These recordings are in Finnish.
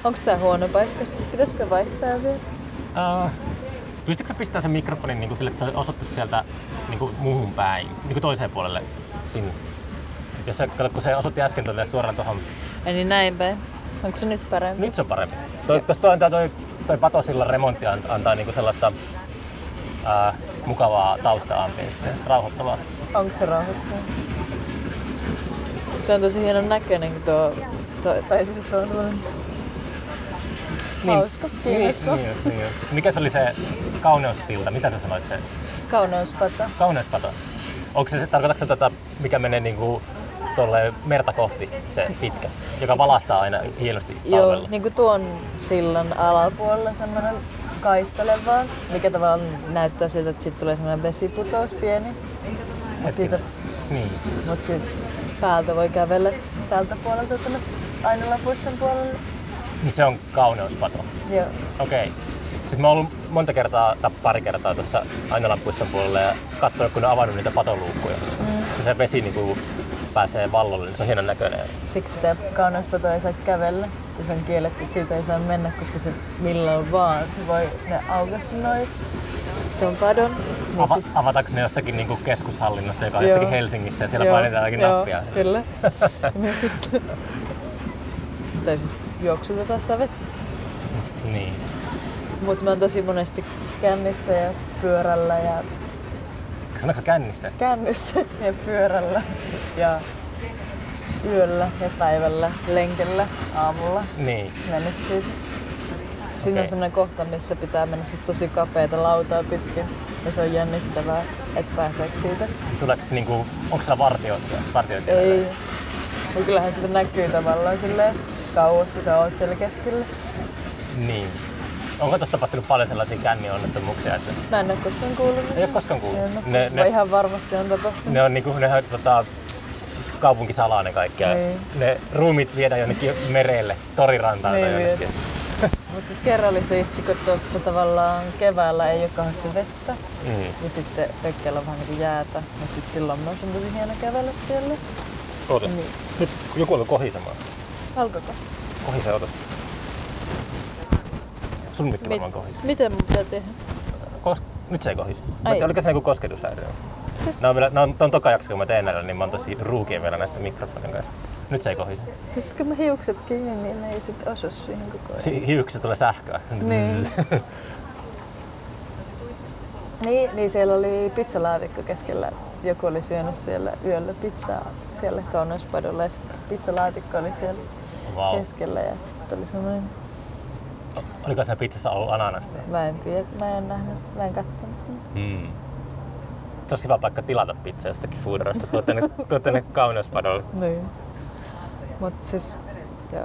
Onks tää huono paikka? Pitäisikö vaihtaa vielä? Pystytkö sä pistämään sen mikrofonin niin sille, että se osoittaisi sieltä niin muuhun päin, niin toiseen puolelle sinne? Jos sä katsot, kun se osoitti äsken suoraan tuohon. Eli näin päin. Onko se nyt parempi? Nyt se on parempi. Toi Patosillan remontti antaa niinku sellaista mukavaa tausta-ambienssia, rauhoittavaa. Onko se rauhoittavaa? Tää on tosi hienon näköinen, kun tai siis tuo on tämmönen hauska, kiinnostava. Niin. Mikä se oli se kauneussilta? Mitä sä sanoit se? Kauneuspato. Kauneuspato. Onko se, tarkoitatko se mitä menee niinku tuolle merta kohti, se pitkä, joka valastaa aina hienosti talvella? Joo, niinku tuon sillan alapuolella semmonen kaistale vaan, mikä tavallaan näyttää siltä, että siitä tulee semmonen vesiputous pieni. Mut siitä päältä voi kävellä tältä puolelta tänne Ainolanpuiston puolelle. Niin se on kauneuspato? Joo. Okei. Siis mä oon ollut pari kertaa tuossa Ainolanpuiston puolella ja katsonut, kun ne on avannut niitä patoluukkuja. Sitten se vesi niinku pääsee vallolle, niin se on hienon näköinen. Siksi sitä kauneuspatoa ei saa kävellä, ja se on kielletty, että siitä ei saa mennä, koska se milloin vaan se voi ne aukaista noin tuon padon. Niin avataanko ne jostakin niinku keskushallinnosta, joka on jossakin Helsingissä ja siellä painetaan jotakin nappia? Kyllä. Ja sitten tai siis juoksutetaan sitä vettä. Niin. Mut mä oon tosi monesti kännissä ja pyörällä ja... Sanoitko sä kännissä? Kännissä ja pyörällä ja yöllä ja päivällä, lenkellä, aamulla. Niin. Mennyt siitä. Siinä on sellainen kohta, missä pitää mennä siis tosi kapeata lautaa pitkin ja se on jännittävää, et pääseekö siitä. Tuleeko se niinku, onko siellä vartiointia? Ei. Ja kyllähän sitä näkyy tavallaan silleen kauas, kun sä oot siellä keskellä. Niin. Onko tässä tapahtunut paljon sellaisia kännionnettomuuksia? Että... Mä en oo koskaan kuullut. Ei oo koskaan kuullut? Ne ihan varmasti on tapahtunut. Ne on niinku, kaupunkisalaa ne kaikki. Niin. Ne ruumit viedään jonnekin merelle, Torirantaan tai jonnekin. Mutta siis kerran oli siisti, kun tuossa tavallaan keväällä ei ole kauheasti vettä. Ja sitten Pekkeellä on vähän niinku jäätä. Ja sitten silloin myös on tosi hieno kävellä siellä. Oota. Niin. Nyt joku on kohisemaan. Alkoiko? Kohisee, otas. Sun mikki varmaan kohisi. Miten mun pitää tehdä? Nyt se ei kohisi. Oliko se joku kosketushäiriö? Siis... Ton toka jakso, kun mä teen näillä, niin mä oon tosi ruukia vielä näistä mikrofonin kanssa. Nyt se ei kohisi. Siis kun mä hiukset kiinni, niin ne ei sit osu siihen koko ajan. Hiuksissa tulee sähköä. Niin. niin, siellä oli pizzalaatikko keskellä. Joku oli syönyt siellä yöllä pizzaa siellä kauneuspadolla ja pizzalaatikko oli siellä keskellä ja sitten oli semmoinen... Oliko siinä pizzassa ollut ananasta? Mä en tiedä, mä en nähnyt, mä en kattonut sinne. Se olisi hyvä paikka tilata pizza jostakin foodorasta, tuotte ne kauneuspadolle. Niin. Mut siis, joo.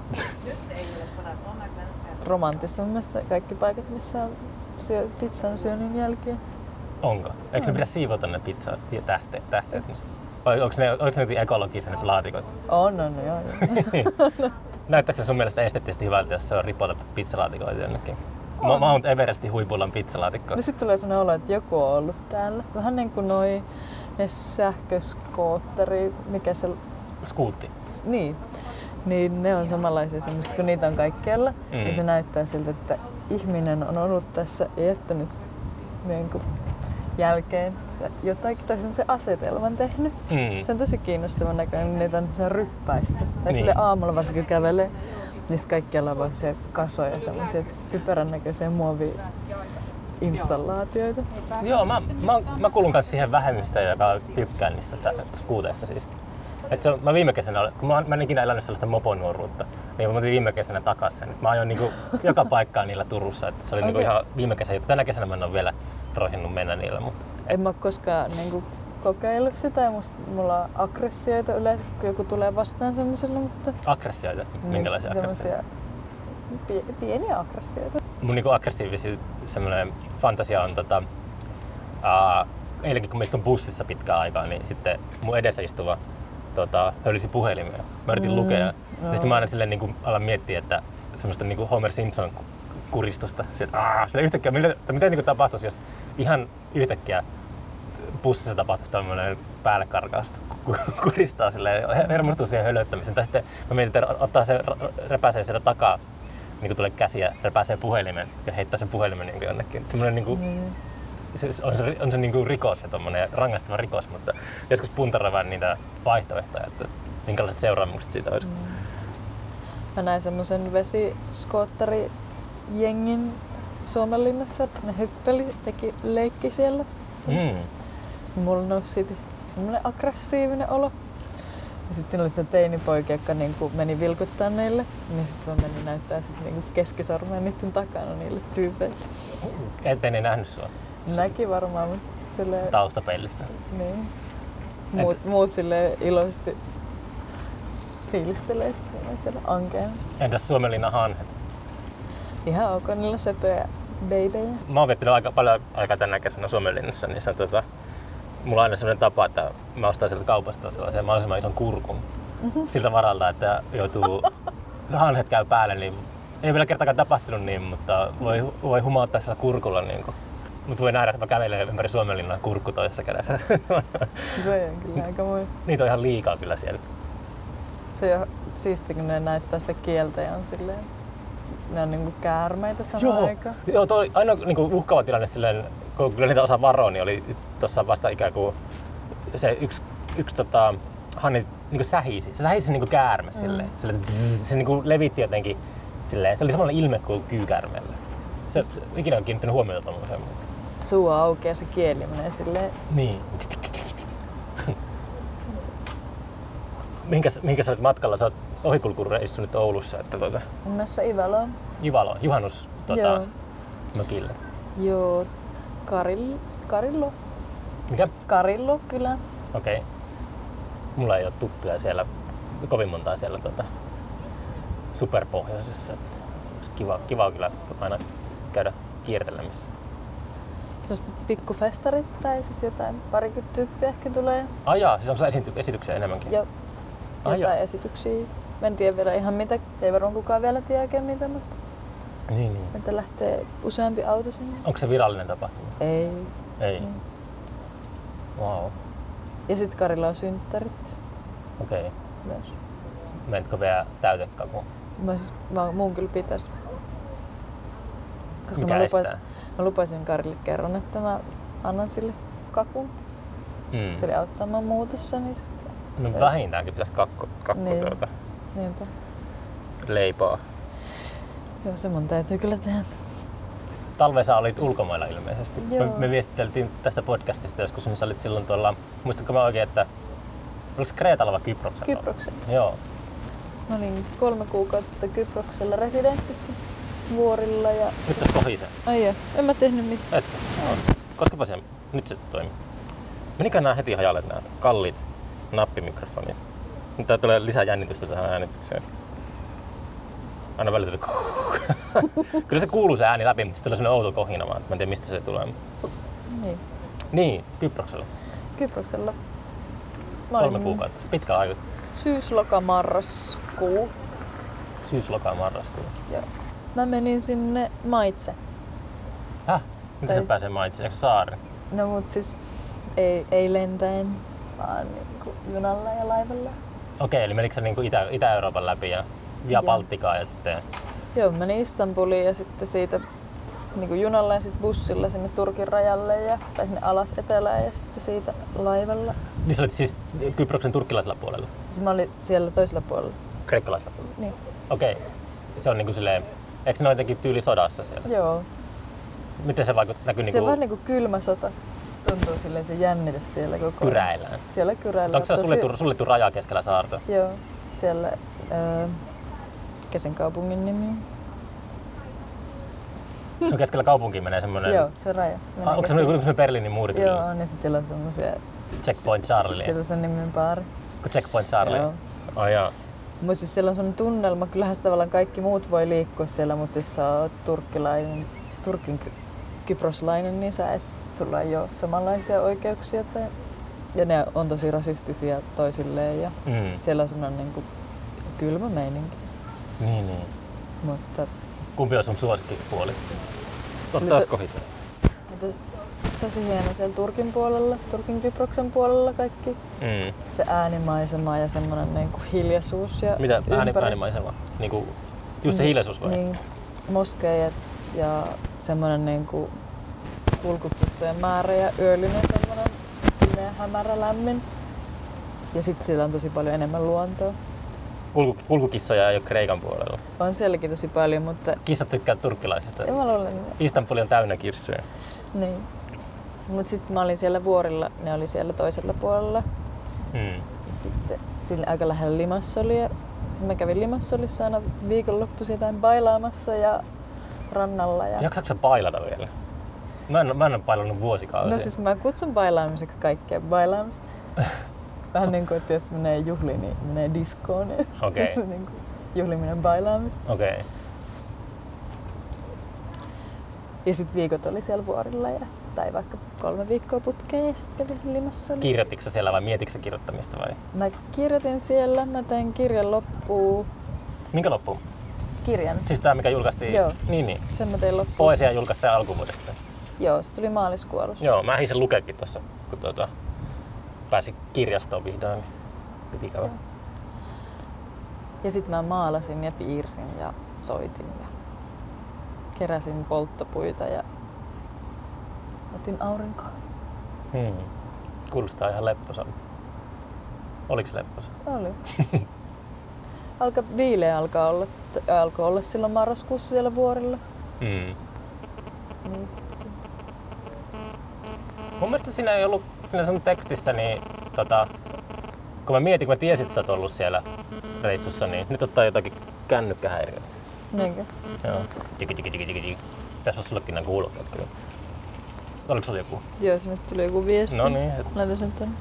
Romanttista mun mielestä kaikki paikat, missä on pizzan syönnin jälkeen. Onko? Eikö ne pitäisi siivota ne pizzat ja tähteet? Vai onko ne ekologisia ne laatikot? On, joo. Näyttääkö se sun mielestä esteettisesti hyvältä, jos se on ripota pizzalaatikoita jonnekin? Mount Everestin huipulla on pizzalaatikko. No sit tulee sellainen olo, että joku on ollut täällä. Vähän niin kuin ne sähköskootteri, mikä se... Skuutti. Niin ne on samanlaisia semmoista, kun niitä on kaikkialla. Ja se näyttää siltä, että ihminen on ollut tässä ja jättänyt niin kuin jälkeen jotakin tai semmoisen asetelman tehnyt. Se on tosi kiinnostavan näköinen, niitä on semmoisia ryppäissä. Tai sille aamulla varsinkin kävelee, niin kaikkialla on vaan kasoja, semmoisia typerän näköisiä muovi-installaatioita. Joo, mä kuulun kanssa siihen vähemmistöön, joka tykkää niistä skuuteista siis. Mä viime kesänä, kun mä en ikinä elänyt sellaista moponuoruutta, niin mä otin viime kesänä takas sen. Mä ajoin niinku joka paikkaan niillä Turussa, että se oli niinku ihan viime kesä. Tänä kesänä mä en ole vielä roihinnut mennä niillä. Mutta, en mä oo koskaan niinku kokeillut sitä ja mulla on aggressioita yleensä, kun joku tulee vastaan semmosella, mutta... Aggressioita? Minkälaisia aggressioita? Pieniä aggressioita. Mun niinku aggressiivisin semmoinen fantasia on eilenkin kun mä istun bussissa pitkään aikaa, niin sitten mun edessä istuva hölisi puhelimia. Mä yritin lukea. Ja sitten mä aina silleen niinku alan miettiä, että semmoista niinku Homer Simpson kuristusta. Sitä yhtäkkiä, mitä niinku tapahtuisi, jos ihan yhtäkkiä bussissa tapahtuisi tämmöinen päällekarkausta, kuristaa silleen, hermostuu siihen hölöttämiseen. Tai sitten mä mietin, että ottaa se, repäisee sieltä takaa niin tulee käsiä, repääsee puhelimen ja heittää sen puhelimen niin jonnekin. Semmoinen niin on se niin kuin rikos ja tommoinen rangaistava rikos, mutta joskus puntaroin vähän niitä vaihtoehtoja, että minkälaiset seuraamukset siitä olisi. Mä näin semmoisen vesiskootterijengin Suomenlinnassa, ne hyppeli, teki leikki siellä. Sitten mulla nousi siitä semmoinen aggressiivinen olo. Ja sitten siinä oli se teinipoika, joka niinku meni vilkuttaa niille, niin sitten mä menin näyttää sit niinku keskisormeen niiden takana niille tyypeille. Ettei ne nähnyt sua? Näki varmaan, mutta silleen... Taustapeilistä. Niin. Muut silleen iloisesti fiilistelee sitten siellä ankeena. Entäs Suomenlinnan hanhet? Ihan ok, niillä söpöjä babyjä. Mä oon viettänyt aika paljon aikaa tänä kesänä Suomenlinnassa, niin se on mulla on aina sellainen tapa, että mä ostan sieltä kaupasta sellaisen mahdollisimman ison kurkun. Siltä varalta, että joutuu hanhet käy päälle, niin ei vielä kertaakaan tapahtunut niin, mutta voi humauttaa sillä kurkulla. Niin mutta voi nähdä, että mä kävelen ympäri Suomenlinnan kurkku toisessa kädessä. Se on kyllä aika moi. Niitä on ihan liikaa kyllä siellä. Se on siistiä, kun ne näyttää sitä kieltä ja on silleen, ne on niinku käärmeitä samaan aikaan. Joo, toi ainoa niinku uhkaava tilanne silleen, kun kyllä niitä osaa varoa, niin oli tuossa vasta ikään kuin se yksi hanni niinku sähisi. Se sähisi niinku käärme silleen. Se niinku levitti jotenkin silleen. Se oli samanlainen ilme kuin kyykäärmeellä. Se ikinä on kiinnittänyt huomiota tommoseen. Suu auki ja se kieli menee silleen. Niin. Mihinkä sä olet matkalla? Sä oot ohikulkureissu nyt Oulussa. Että Mennessä Ivaloon. Ivalo, juhannus mökille. Joo, Karillo. Mikä? Karillo kyllä. Okei. Mulla ei ole tuttuja siellä, kovin montaa siellä superpohjoisessa. Kiva kyllä aina käydä kiertelemässä. Sellaiset pikkufestarit tai siis jotain, parikymmentä tyyppiä ehkä tulee. Ai jaa, siis onko sulla esityksiä enemmänkin? Joo, jotain esityksiä. En tiedä vielä ihan mitä, ei varmaan kukaan vielä tiedä oikein mitä, mutta niin. että lähtee useampi auto sinne. Onko se virallinen tapahtuma? Ei. Ei? Wow. Ja sit Karilla on synttärit. Okei. Myös. Menitkö vielä täytekakuun? Mun kyllä pitäis. Koska Mikä estää? Mä lupasin Karille kerran, että mä annan sille kakun. Se oli auttamaan muutossa, niin sitten... No vähintäänkin pitäis kakku niin. Niinpä. Leipaa. Joo, se mun täytyy kyllä tehdä. Talvessa olit ulkomailla ilmeisesti. Me viestiteltiin tästä podcastista joskus, niin sä olit silloin tuolla, muistatko mä oikein, että oliko se Kreetalla vai Kyproksella? Kyproksella. Joo. Mä olin 3 kuukautta Kyproksella residenssissä vuorilla ja... Nyt tässä kohisee. Ai joo, en mä tehnyt mitään. Etkö? Koskapa se, nyt se toimii. Menikö nää heti hajalle nää kalliit nappimikrofonit? Nyt tää tulee lisää jännitystä tähän äänitykseen. Aina välillä kyllä se kuuluu se ääni läpi, mutta sitten tulee sellainen outo kohina vaan. Mä en tiedä mistä se tulee. Niin. Niin, Kyproksella. Kyproksella. 3 kuukautta. Pitkä aika. Syys-loka-marraskuu. Syys-loka-marraskuu. Joo. Mä menin sinne Maitse. Miten se pääsee Maitseen? Eikö se saari? No mut siis ei lentäen, vaan niinku junalla ja laivalla. Okei, eli menikö sä niinku Itä-Euroopan läpi ja Baltikaa ja sitten... Joo, menin Istanbuliin ja sitten siitä niinku junalla ja sitten bussilla sinne Turkin rajalle tai sinne alas etelään ja sitten siitä laivalla. Niin sä olit siis Kyproksen turkkilaisella puolella? Siis mä olin siellä toisella puolella. Kreikkalaisella puolella? Niin. Okei. Se on niinku silleen... Eikö se ole jotenkin tyyli sodassa siellä? Joo. Miten se näkyy niinku... Se on vähän niinku kylmä sota. Tuntuu silleen se jännite siellä koko ajan. Kyräillään? Siellä kyräillään. Onko se suljettu raja keskellä saarta? Joo. Siellä... mikä sen kaupungin nimi on? Se on keskellä kaupunkiin menee semmonen... Joo, se raja. Onko se Berliinin muurit? Joo, on, ja siellä on semmosia... Checkpoint Charlie. Siellä on sen nimen baari. Checkpoint Charlie? Joo. Oh, joo. Mutta siis siellä on semmoinen tunnelma, kyllähän tavallaan kaikki muut voi liikkua siellä, mutta jos sä oot kyproslainen, niin sulla ei ole samanlaisia oikeuksia. Ja ne on tosi rasistisia toisilleen ja siellä on semmoinen niinku kylmä meininki. Niin. Mutta... Kumpi on sun suosikkipuoli? Taas kohisee. Tosi hieno siellä Turkin puolella, Kyproksen puolella kaikki. Se äänimaisema ja semmoinen niinku hiljaisuus ja mitä äänimaisema? Niinku Just se hiljaisuus vai? Niin, moskeijat ja semmoinen niinku kulkukissojen määrä ja yöllinen semmoinen pimeä, hämärä, lämmin. Ja sitten siellä on tosi paljon enemmän luontoa. Kulkukissoja ei ole Kreikan puolella. On sielläkin tosi paljon, mutta... Kissat tykkää turkkilaisista. Ja mä luulen... Istanbul on täynnä kissoja. Niin. Mut sitten mä olin siellä vuorilla, ne oli siellä toisella puolella. Sitten sillä aika lähellä Limassolia. Mä kävin Limassolissa aina viikonloppuisin jotain bailaamassa ja rannalla. Ja... Jaksatko sä bailata vielä? Mä en ole bailannut vuosikausia. No siis mä kutsun bailaamiseksi kaikkea bailaamista. Vähän niin kuin, että jos menee juhliin, niin menee diskoon. Okei. Okay. Niin kuin juhliminen bailaamista. Okei. Okay. Ja sit viikot oli siellä vuorilla tai vaikka 3 viikkoa putkeen ja sit kävin Limassolissa. Kirjoititko sä siellä vai mietitkö kirjoittamista vai? Mä kirjoitin siellä, mä tein kirjan loppuun. Minkä loppuun? Kirjan. Siis tää mikä julkaistiin? Joo. Niin. Sen mä tein loppuun. Poesia julkaisi sen alkuvuodesta. Joo, se tuli maaliskuun alussa. Joo, mä ehdin sen lukeekin tossa, kun pääsin kirjastoon vihdoin. Piti käydä. Ja sit mä maalasin ja piirsin ja soitin ja keräsin polttopuita ja otin aurinkoa. Kuulostaa ihan lepposalta. Oliko se lepposa? Oli. Viileä alkoi olla silloin marraskuussa siellä vuorilla. Niin sitten. Mun mielestä siinä ei ollut siinä sun tekstissä, niin kun mä mietin, kun mä tiesin, että sä oot ollut siellä reissussa, niin nyt ottaa jotakin kännykkähäiriötä. Niinkö? Joo. Tiki. Tässä on sullekin nämä kuulokkeet kyllä. Oliko sulla joku? Joo, sinne tuli joku viesti. No niin. Laitan sen tonne.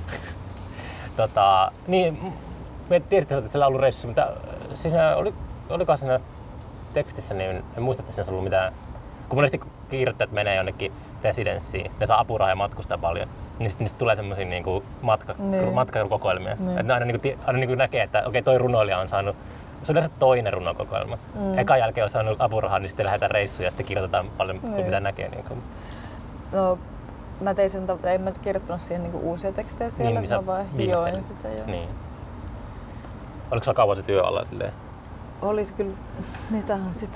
Niin, me tiesit, että siellä on ollut reissussa, mutta siinä oliko siinä tekstissä, niin en muista, että siinä olisi ollut mitään. Kun monesti kirjoittajat menee jonnekin residenssiin, ne saa apurahaa ja matkustaa paljon, niin sitten niistä tulee semmosia niinku matkakokoelmia. Niin. Että ne aina niinku näkee, että okei, toi runoilija on saanut, se on yleensä toinen runokokoelma. Ekan jälkeen on saanut apurahaa, niin sitten lähdetään reissuun ja sitten kirjoitetaan paljon, kuin mitä näkee. Niinku. No, mä tein sen, en mä kirjoittanut siihen niinku uusia tekstejä siellä, niin, mä vaan hioin sitä. Jo. Niin. Oliko sulla kauan se työ alla silleen? Olisi kyllä, mitähän sitä.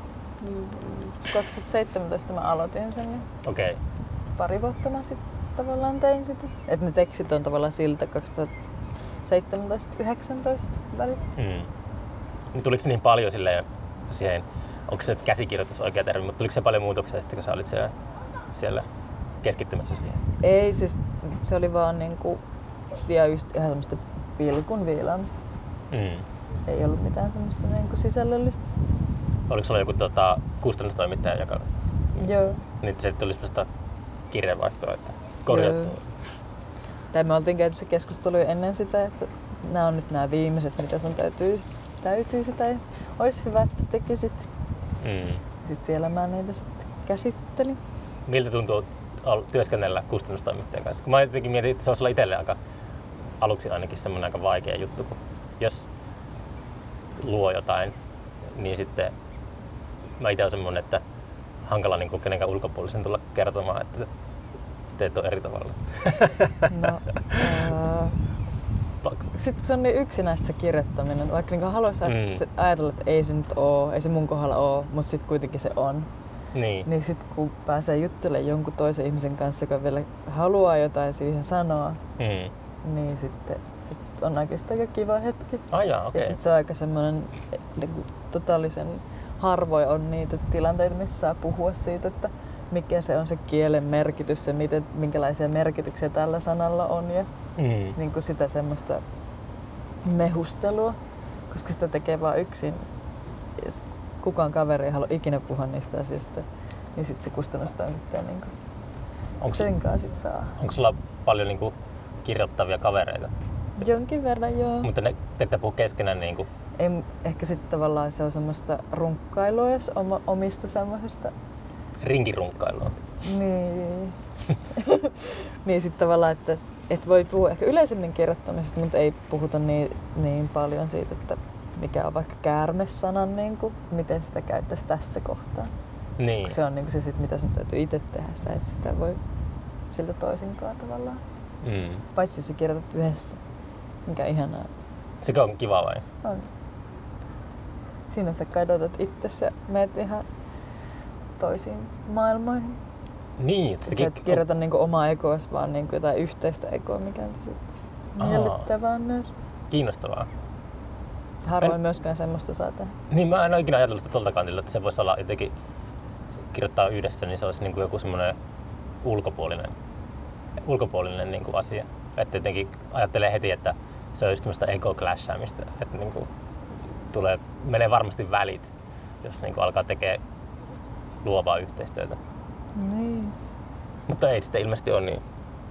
2017 mä aloitin sen. Niin okei. Pari vuotta mä sitten tavallaan tein sitä. Et ne tekstit on tavallaan siltä 2017-2019 välillä. Niin tuliko se niin paljon silleen siihen, onko se nyt käsikirjoitus oikea termi, mutta tuliko se paljon muutoksia sitten, kun sä olit siellä keskittymässä siihen? Ei, siis se oli vaan niinku vielä just ihan semmoista pilkun viilaamista. Ei ollut mitään semmoista niinku sisällöllistä. Oliko sulla joku kustannustoimittaja, joka... Joo. Niin se tuli semmoista kirjeenvaihtoa, että korjattua. Tai me oltiin käytössä keskusteluja ennen sitä, että nämä on nyt nämä viimeiset, mitä sun täytyy sitä ja olisi hyvä, että tekisit. Sitten siellä mä niitä sitten käsittelin. Miltä tuntuu työskennellä kustannustoimittajan kanssa? Kun mä jotenkin mietin, että se on sulla itselle aluksi ainakin semmoinen aika vaikea juttu, kun jos luo jotain, niin sitten mä itse olen semmoinen, että hankala niin kenenkään ulkopuolisen tulla kertomaan, että teet on eri tavalla. No, sitten kun se on niin yksinäistä se kirjoittaminen, vaikka niin haluaisi ajatella, että ei se nyt ole, ei se mun kohdalla ole, mutta sitten kuitenkin se on. Niin sitten kun pääsee juttelemaan jonkun toisen ihmisen kanssa, joka vielä haluaa jotain siihen sanoa, niin sitten on oikeastaan aika kiva hetki. Okay. Ja sitten se on aika semmoinen totaalisen harvoin on niitä tilanteita, missä saa puhua siitä, että mikä se on se kielen merkitys ja minkälaisia merkityksiä tällä sanalla on ja niin kuin sitä semmoista mehustelua, koska sitä tekee vaan yksin. Ja kukaan kaveri ei halua ikinä puhua niistä asioista, niin sitten se kustannustoimittaja niin sen kanssa sit saa. Onko sulla paljon niin kuin kirjoittavia kavereita? Jonkin verran joo. Mutta ne ette puhu keskenään niinku? Ei, ehkä sitten tavallaan se on semmoista runkkailua, jos omista semmoisesta. Rinkirunkkailua? Niin. Niin sitten tavallaan, että et voi puhua ehkä yleisemmin kirjoittamisesta, mutta ei puhuta niin paljon siitä, että mikä on vaikka käärmesanan, niin kuin, miten sitä käyttäisi tässä kohtaa. Niin. Se on niin kuin se, sit, mitä sun täytyy itse tehdä, sä et sitä voi siltä toisinkaan tavallaan. Paitsi jos sä kirjoitat yhdessä, mikä ihanaa. Sekö on kiva vai? On. siinä sä kadotat itsesi ja meet ihan toisiin maailmoihin. Niin, että Sä et kirjoita niinku omaa egoas, vaan niinku jotain yhteistä egoa, mikä on tosi miellyttävää myös. Kiinnostavaa. Harvoin myöskään semmoista saa tehdä. Niin, mä en ole ikinä ajatellut sitä tuolta kantilta, että se voisi olla jotenkin kirjoittaa yhdessä, niin se olisi niinku joku semmoinen ulkopuolinen niinku asia. Että jotenkin ajattelee heti, että se olisi semmoista ego-clashaamista, että niinku menee varmasti välit, jos niinku alkaa tekemään luovaa yhteistyötä. Niin. Mutta ei sitten ilmeisesti ole niin.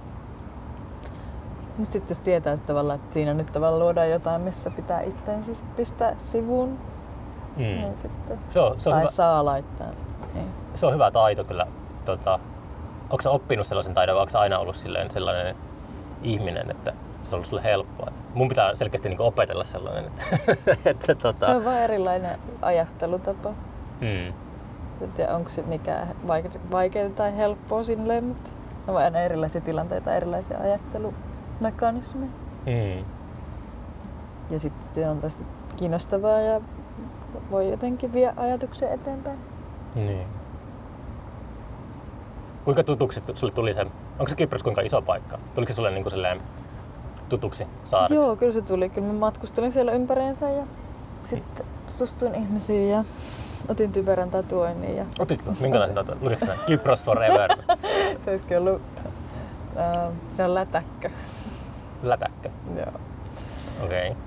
Mutta sitten jos tietää että tavallaan, että siinä nyt tavallaan luodaan jotain, missä pitää itseensä pistää sivuun, niin sitten Se on tai hyvä. saa laittaa. Niin. Se on hyvä taito kyllä. Onko sä oppinut sellaisen taidon vai onko sä aina ollut sellainen ihminen, että se on ollut sulle helppoa? Mun pitää selkeästi niinku opetella sellainen. Se on vaan erilainen ajattelutapa. Mm. En tiedä, onko se mikään vaikeaa tai helppoa silleen, mutta ne on aina erilaisia tilanteita, erilaisia ajattelumekanismeja. Mm. Ja sitten se on tosi kiinnostavaa ja voi jotenkin vie ajatuksia eteenpäin. Niin. Kuinka tutuksi sulle tuli se, onko se Kypros kuinka iso paikka? Tuliko se sulle niinku silleen tutuksi saari? Joo, kyllä se tuli. Kyllä mä matkustelin siellä ympäriinsä ja sitten tutustuin ihmisiin ja otin typerän tatuoinnin. Ja Otitko? Minkälaisen tatuoinnin? Lukitko sinä Kypros forever? se olisikin ollut, se on lätäkkö. Lätäkkö? Joo. Okei. Okay.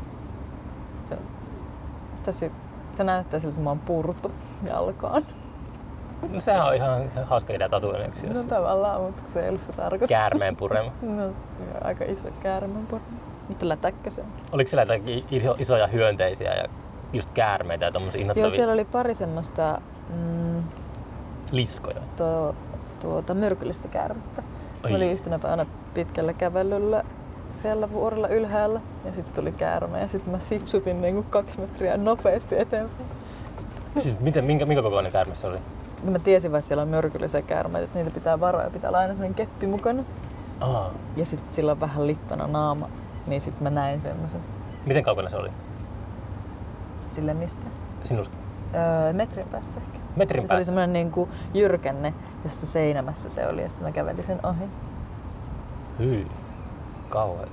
Se näyttää siltä, että mä oon purtu jalkaan. No sehän on ihan hauska idea tatuoinniksi. No tavallaan, mutta se ei ollut se tarkoitus. Käärmeen purema. No, joo, aika iso käärmeen purema. Mutta lätäkkö se on. Oliko siellä jotakin isoja hyönteisiä ja just käärmeitä ja tommosia innoittavia? Joo, siellä oli pari semmoista liskoja. Myrkyllistä käärmettä. Se oli yhtenä päivänä pitkällä kävelyllä siellä vuorella ylhäällä ja sitten tuli käärme ja sitten mä sipsutin niinku 2 metriä nopeasti eteenpäin. Siis minkä kokoinen käärme se oli? Mä tiesin, että siellä on myrkyllisiä käärmeitä, että niitä pitää varoa ja pitää olla aina sellainen keppi mukana. Aha. Ja sitten sillä on vähän littona naama, niin sitten mä näin semmoisen. Miten kaukana se oli? Sille mistä? Sinusta? Metrin päässä ehkä. Metrin Se päässä? oli semmoinen niinku jyrkänne, jossa seinämässä se oli ja sitten mä kävelin sen ohi. Hyi. Kauheeta.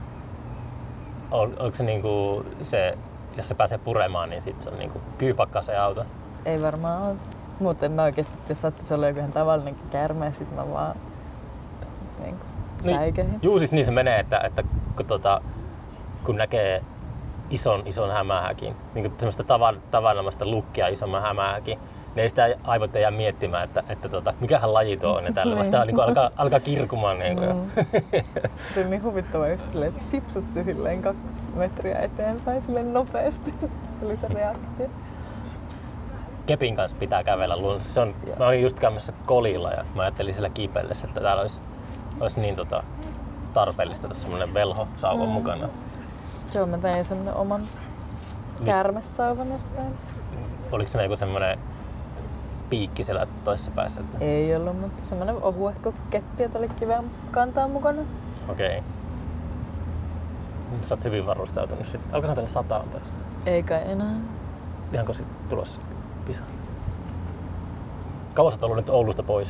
Onko se niinku se, jos se pääsee puremaan, niin sit se on niinku kyypakka se auto? Ei varmaan ole. Muuten mä oikeesti, jos saattaisi olla joku ihan tavallinen käärme ja sit mä vaan niinku säikähin. Juu, siis niin se menee, että kun näkee ison hämähäkin, niin semmoista tavanomaista lukkia isomman hämähäkin, niin ei sitä aivot ei jää miettimään, että mikähän laji tuo on ja tällä, vaan sitä niin alkaa kirkumaan. Niin Se oli niin huvittavaa just silleen, että sipsutti silleen 2 metriä eteenpäin silleen nopeasti. Oli se reaktio. Kepin kanssa pitää kävellä luonnossa. Mä olin just käymässä Kolilla ja mä ajattelin siellä kiipeillessä, että täällä olisi niin tarpeellista tässä semmoinen velhosauva mukana. Joo, mä tein semmonen oman käärmesauvan jostain. Oliko se joku semmoinen piikki siellä toisessa päässä? Että... Ei ollut, mutta semmonen ohuehko keppi, jota oli kiva kantaa mukana. Okei. Sä oot hyvin varustautunut sitten. Alkaa tänne sataan taas. Ei kai enää. Ihanko sit tulossa pisa? Kauan sä oot ollut nyt Oulusta pois?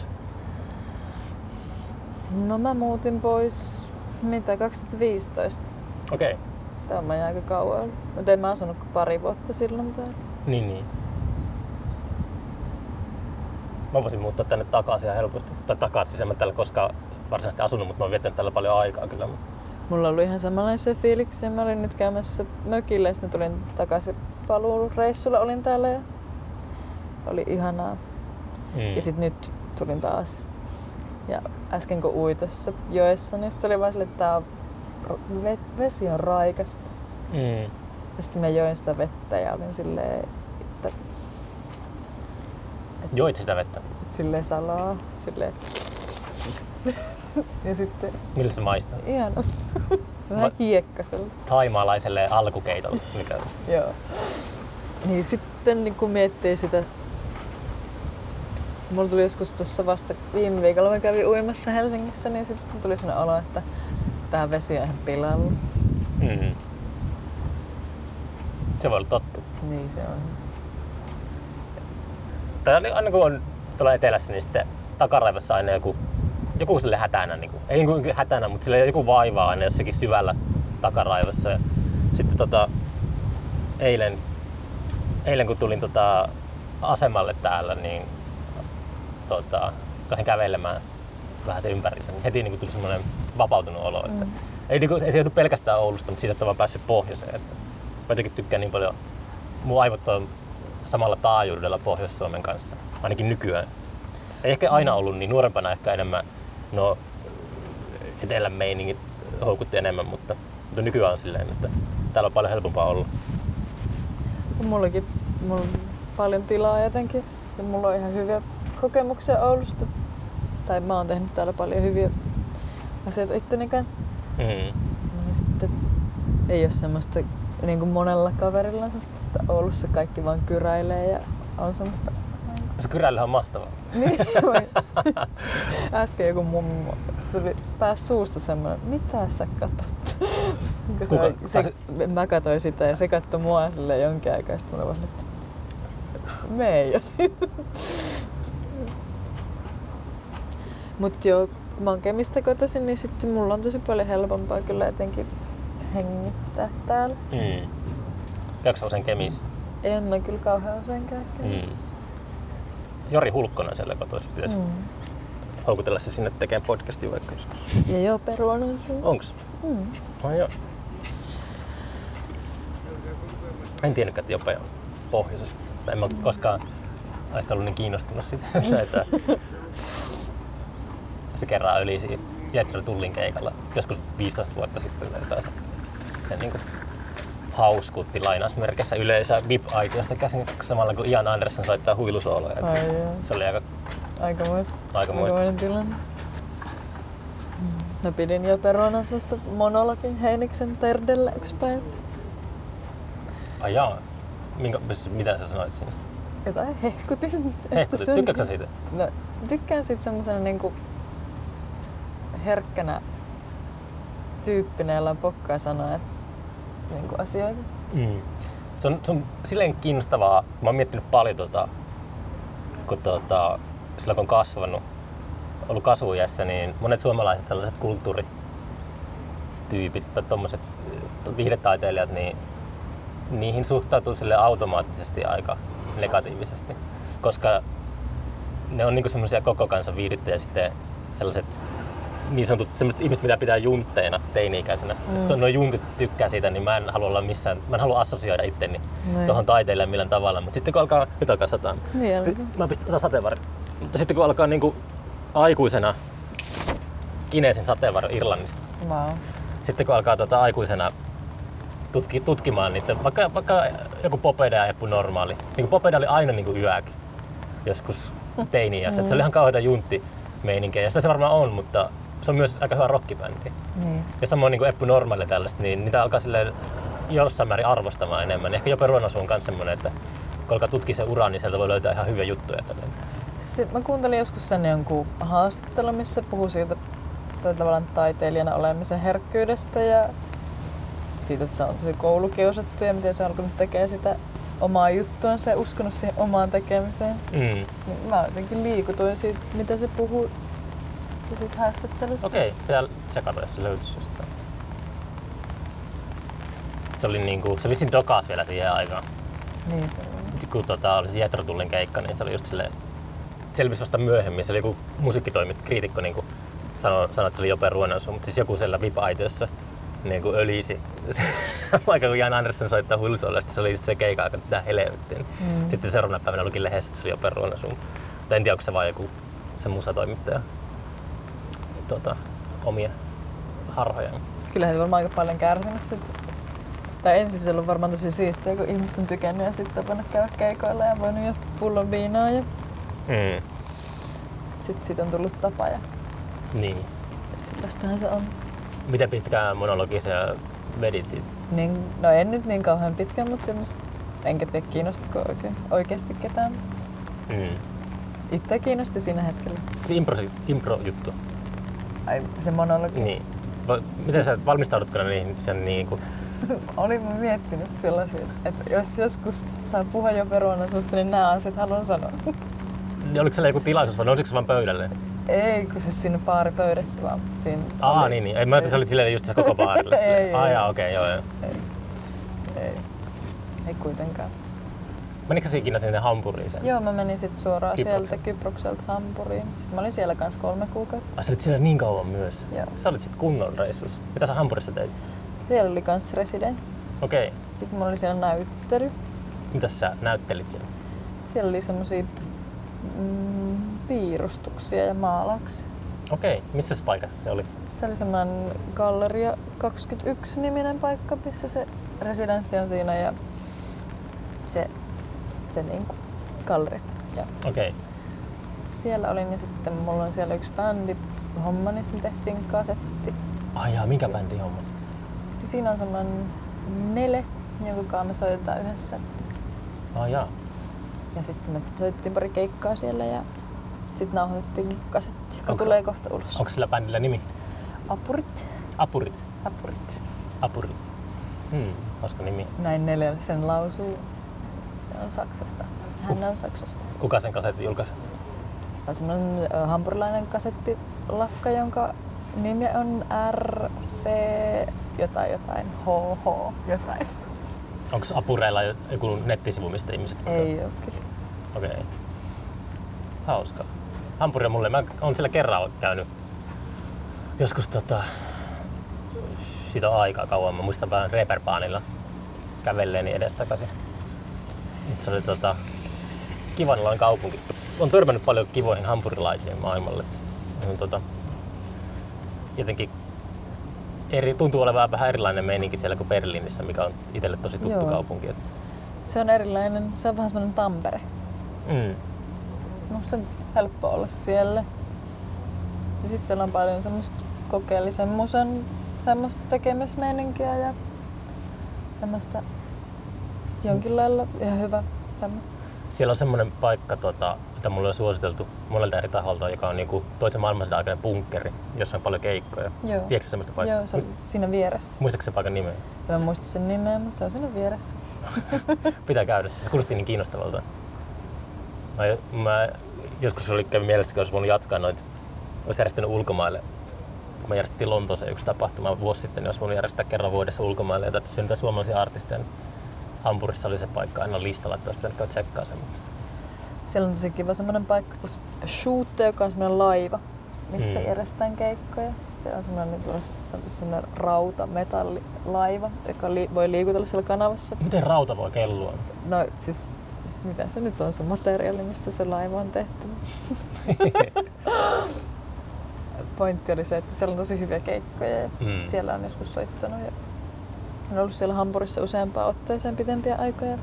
No mä muutin pois, 2015. Okei. Tää on aika kauan ollut. Mutta en mä asunut kuin 2 vuotta silloin täällä. Niin. Mä voisin muuttaa tänne takaisin ihan helposti. Tai takaisin, en mä täällä koskaan varsinaisesti asunut, mutta mä oon viettänyt täällä paljon aikaa kyllä. Mulla oli ihan samanlaisia fiiliksiä. Mä olin nyt käymässä mökille ja sitten tulin takaisin paluureissulla. Olin täällä ja oli ihanaa. Ja sit nyt tulin taas. Ja äsken kun ui tuossa joessa, niin sitten oli vaan silleen, että vesi on raikasta. Ja sitten mä join sitä vettä ja olin silleen, että... Joit sitä vettä? Silleen salaa. Silleen... ja sitten... Millä se maistaa? Ihana. Vähän hiekkasella. Thaimaalaiselle alkukeitolle. Mikä... Joo. Niin sitten niin kun miettii sitä... Mulla tuli joskus tuossa vasta viime viikolla, mä kävin uimassa Helsingissä, niin sitten tuli sellainen olo, että tää vesi on ihan pilalla. Se voi olla totta. Niin se on. Tai aina kun on tuolla etelässä, niin sitten takaraivossa aina joku sille hätänä, niin kuin, ei niin kuin hätänä, mutta sille joku vaivaa aina jossakin syvällä takaraivossa. Ja sitten eilen kun tulin asemalle täällä, niin lähdin kävelemään vähän sen ympärissä, niin heti niin tuli semmoinen vapautunut olo. Että ei se joudu pelkästään Oulusta, mutta siitä, että on vaan päässyt pohjoiseen. Että mä jotenkin tykkään niin paljon, mun aivot on samalla taajuudella Pohjois-Suomen kanssa, ainakin nykyään. Ei ehkä aina ollut, niin nuorempana ehkä enemmän etelän meiningit houkutti enemmän, mutta nykyään on silleen, että täällä on paljon helpompaa olla. Mulla on paljon tilaa jotenkin ja mulla on ihan hyviä kokemuksia Oulusta. Tai mä oon tehnyt täällä paljon hyviä asioita itteni kanssa. Ja sitten ei oo semmoista niin kuin monella kaverilla semmoista, että Oulussa kaikki vaan kyräilee ja on semmoista. Se kyräily on mahtavaa. Niin, äsken joku mummo, se oli pääs suusta semmoinen, mitä sä katot? Mä katsoin sitä ja se katsoi mua silleen jonkin aikaa ja sitten mä olin, että mee jo siitä. Mut joo, kun mä oon Kemistä kotoisin, niin sitten mulla on tosi paljon helpompaa kyllä jotenkin hengittää täällä. Käykö sä usein Kemissä? En mä kyllä kauhean usein käy. Jori Hulkkonen siellä kotoisin pitäisi houkutella se sinne tekemään podcastia vaikka joskus. Ja joo, Peruonan sun. Onks? No joo. En tiennytkään, että Jope on pohjoisesta. En mä koskaan ehkä ollut niin kiinnostunut siitä. Se kerran ylisi Jetro Tullin keikalla joskus 15 vuotta sitten se niin kuin hauskuutti lainausmerkeissä yleisöä VIP-aitiosta käsin samalla kun Ian Anderson soittaa huilusooloja. Se oli aikamoinen tilanne. Mä pidin jo Peruonansusta monologin Heiniksen Terdellä yksi päivä. Ai jaa. Mitä sä sanoit siinä? Jotain hehkutin. Tykkääksä siitä? No, tykkään siitä semmosena niinku herkkänä tyyppinä, jolla on pokkaa sanoa niinku asioita. Se on silleen kiinnostavaa. Mä oon miettinyt paljon kun silloin kun on kasvanut, ollut kasvuiässä, niin monet suomalaiset sellaiset kulttuurityypit tai tommoset viihdetaiteilijat, niin niihin suhtautuu sille automaattisesti aika negatiivisesti, koska ne on niinku semmoisia koko kansan viihdyttäjiä sitten sellaiset niin sanotut semmoiset ihmiset, mitä pitää juntteina teini-ikäisenä. Nuo juntit tykkää siitä, niin mä en halua assosioida itteni tuohon taiteilijan millään tavalla. Mutta sitten kun alkaa, nyt alkaa sataa. Niin, mä pistän sateenvarjon. Mutta sitten kun alkaa niinku aikuisena Kineesin sateenvarjo Irlannista. Wow. Sitten kun alkaa aikuisena tutkimaan niitä, vaikka joku Popeda ja Eppu Normaali. Niin Popeda oli aina niinku yääkin joskus teini-iässä. Se oli ihan kauheita juntti-meininkejä. Ja sitä se varmaan on, mutta se on myös aika hyvä rockibändi. Niin. Ja samoin niin kuin Eppu Normaali ja tällaista, niin niitä alkaa silleen jossain määrin arvostamaan enemmän. Ehkä Jope Ruonasu on myös semmoinen, että kun alkaa tutkia sen uran, niin sieltä voi löytää ihan hyviä juttuja. Mä kuuntelin joskus sen jonkun haastattelun, missä puhui siitä tavallaan taiteilijana olemisen herkkyydestä ja siitä, että se on tosi koulukiusattu ja miten se on alkanut tekemään sitä omaa juttuansa ja uskonut siihen omaan tekemiseen. Niin mä jotenkin liikutuin siitä, mitä se puhuu siitä haastattelusta. Okei, pitää tsekata, jos se löytyisi jostain. Se oli niinku, se vissiin dokas vielä siihen aikaan. Niin se oli. Kun oli se Jetro Tullin keikka, niin se oli just silleen, selvisi vasta myöhemmin. Se oli joku kriitikko niinku sanoi, että se oli Jope Ruonasu, mutta siis joku siellä VIP-aitiossa niin kuin ölisi. Vaikka kun Jan Andersson soittaa huilusooloista, se oli just se keikka, joka pitää helvettiin. Sitten seuraavana päivänä luki lehdessä, että se oli Jope Ruonasu. Mutta en tiedä, onko se vaan joku se musatoimittaja omia harhoja. Kyllähän se varmaan aika paljon kärsinyt sitten. Tai ensin se on varmaan tosi siistiä, kun ihmiset on tykännyt ja sitten on voinut käydä keikoilla ja voinut jo pullon viinaa. Ja sitten siitä on tullut tapa. Ja niin. Sellaistahan se on. Miten pitkään monologisia vedit siitä? Niin, no en nyt niin kauhean pitkään, mutta semmoista enkä tiedä kiinnostiko oikeasti ketään. Itse kiinnosti siinä hetkellä. Se impro-juttu. Ai se monologi? Niin. Miten sä valmistaudutko niihin sen niinku olin mä miettinyt sellaisia, että jos joskus saa puhua jo peruana susta, niin nämä asiat haluan sanoa. Niin oliko siellä joku tilaisuus vai nousiko se vaan pöydälle? Ei, kun siis siinä baaripöydässä vaan. Siinä Niin. Ei, mä ajattelin, että sä olit silleen just tässä koko baarilla. Ei. Okei, joo. Ei kuitenkaan. Menikö sä ikinä sinne Hampuriin sen? Joo, mä menin sit suoraan sieltä Kyprokselta Hampuriin. Sitten mä olin siellä kanssa 3 kuukautta. Sä olit siellä niin kauan myös? Joo. Sä olit sit kunnon reissussa. Mitä sä Hampurissa teit? Siellä oli kans residence. Okei. Sitten mulla oli siellä näyttely. Mitäs sä näyttelit siellä? Siellä oli semmosia piirustuksia ja maalauksia. Okei. Missä paikassa se oli? Se oli semmoinen Galleria 21-niminen paikka, missä se residenssi on siinä ja se niinku galleria. Okei. Siellä olin ja sitten mulla on siellä yksi bändi homma, niin sitten tehtiin kasetti. Minkä bändin homma? Siinä on semmoinen Nele, jonka kanssa me soitetaan yhdessä. Ja sitten me soitettiin pari keikkaa siellä ja sitten nauhoitettiin kasetti, joka tulee kohta ulos. Onko sillä bändillä nimi? Apurit. Apurit. Apurit. Apurit. Hauska nimi. Näin Nele sen lausuu. Se on Saksasta. Hän on Saksasta. Kuka sen kasetin julkaisi? On semmoinen hampurilainen kasettilafka, jonka nimi on RC jotain HH jotain. Onko Apureilla joku nettisivu, mistä ihmiset Ei oo kyllä. Okei. Hauska. Hampuri on mulle, mä oon siellä kerran käynyt joskus siitä on aikaa kauan, mä muistan vähän Reeperbaanilla kävelleeni edestakaisin. Se oli kivanlainen kaupunki. On törmännyt paljon kivoihin hampurilaisiin maailmalle. Jotenkin tuntuu olevan vähän erilainen meininki siellä kuin Berliinissä, mikä on itselle tosi tuttu kaupunki. Se on erilainen, se on vähän semmoinen Tampere. Musta on helppo olla siellä. Ja sit siellä on paljon semmoista kokeellisen musan semmoista tekemismeininkiä ja semmoista jonkin lailla ihan hyvä semmoista. Siellä on semmoinen paikka, jota mulle on suositeltu monelta eri taholta, joka on niinku toisen maailmansodan aikainen bunkkeri, jossa on paljon keikkoja. Joo. Tiedätkö semmoista paikkaa? Joo, se on siinä vieressä. Muistatko sen paikan nimeä? Mä en muista sen nimeä, mutta se on siinä vieressä. Pitää käydä. Se kuulosti niin kiinnostavalta. Mä joskus kävi mielessä, että olisi voinut jatkaa noita. Olisi järjestänyt ulkomaille. Kun me järjestettiin Lontooseen yksi tapahtuma vuosi sitten, niin olisi voinut järjestää kerran vuodessa ulkomaille ja syntyä suomalaisia artisteja. Hampurissa oli se paikka aina listalla, että olisi pitänyt käydä tsekkaa sen. Siellä on tosi kiva semmoinen paikka kuin Shoote, joka on semmoinen laiva, missä järjestetään keikkoja. Se on semmoinen rauta-metallilaiva, joka voi liikutella siellä kanavassa. Miten rauta voi kellua? No siis, mitä se nyt on se materiaali, mistä se laiva on tehty? Pointti oli se, että siellä on tosi hyviä keikkoja ja siellä on joskus soittanut. Ja on ollut siellä Hampurissa useampaan otteeseen pitempiä aikoja.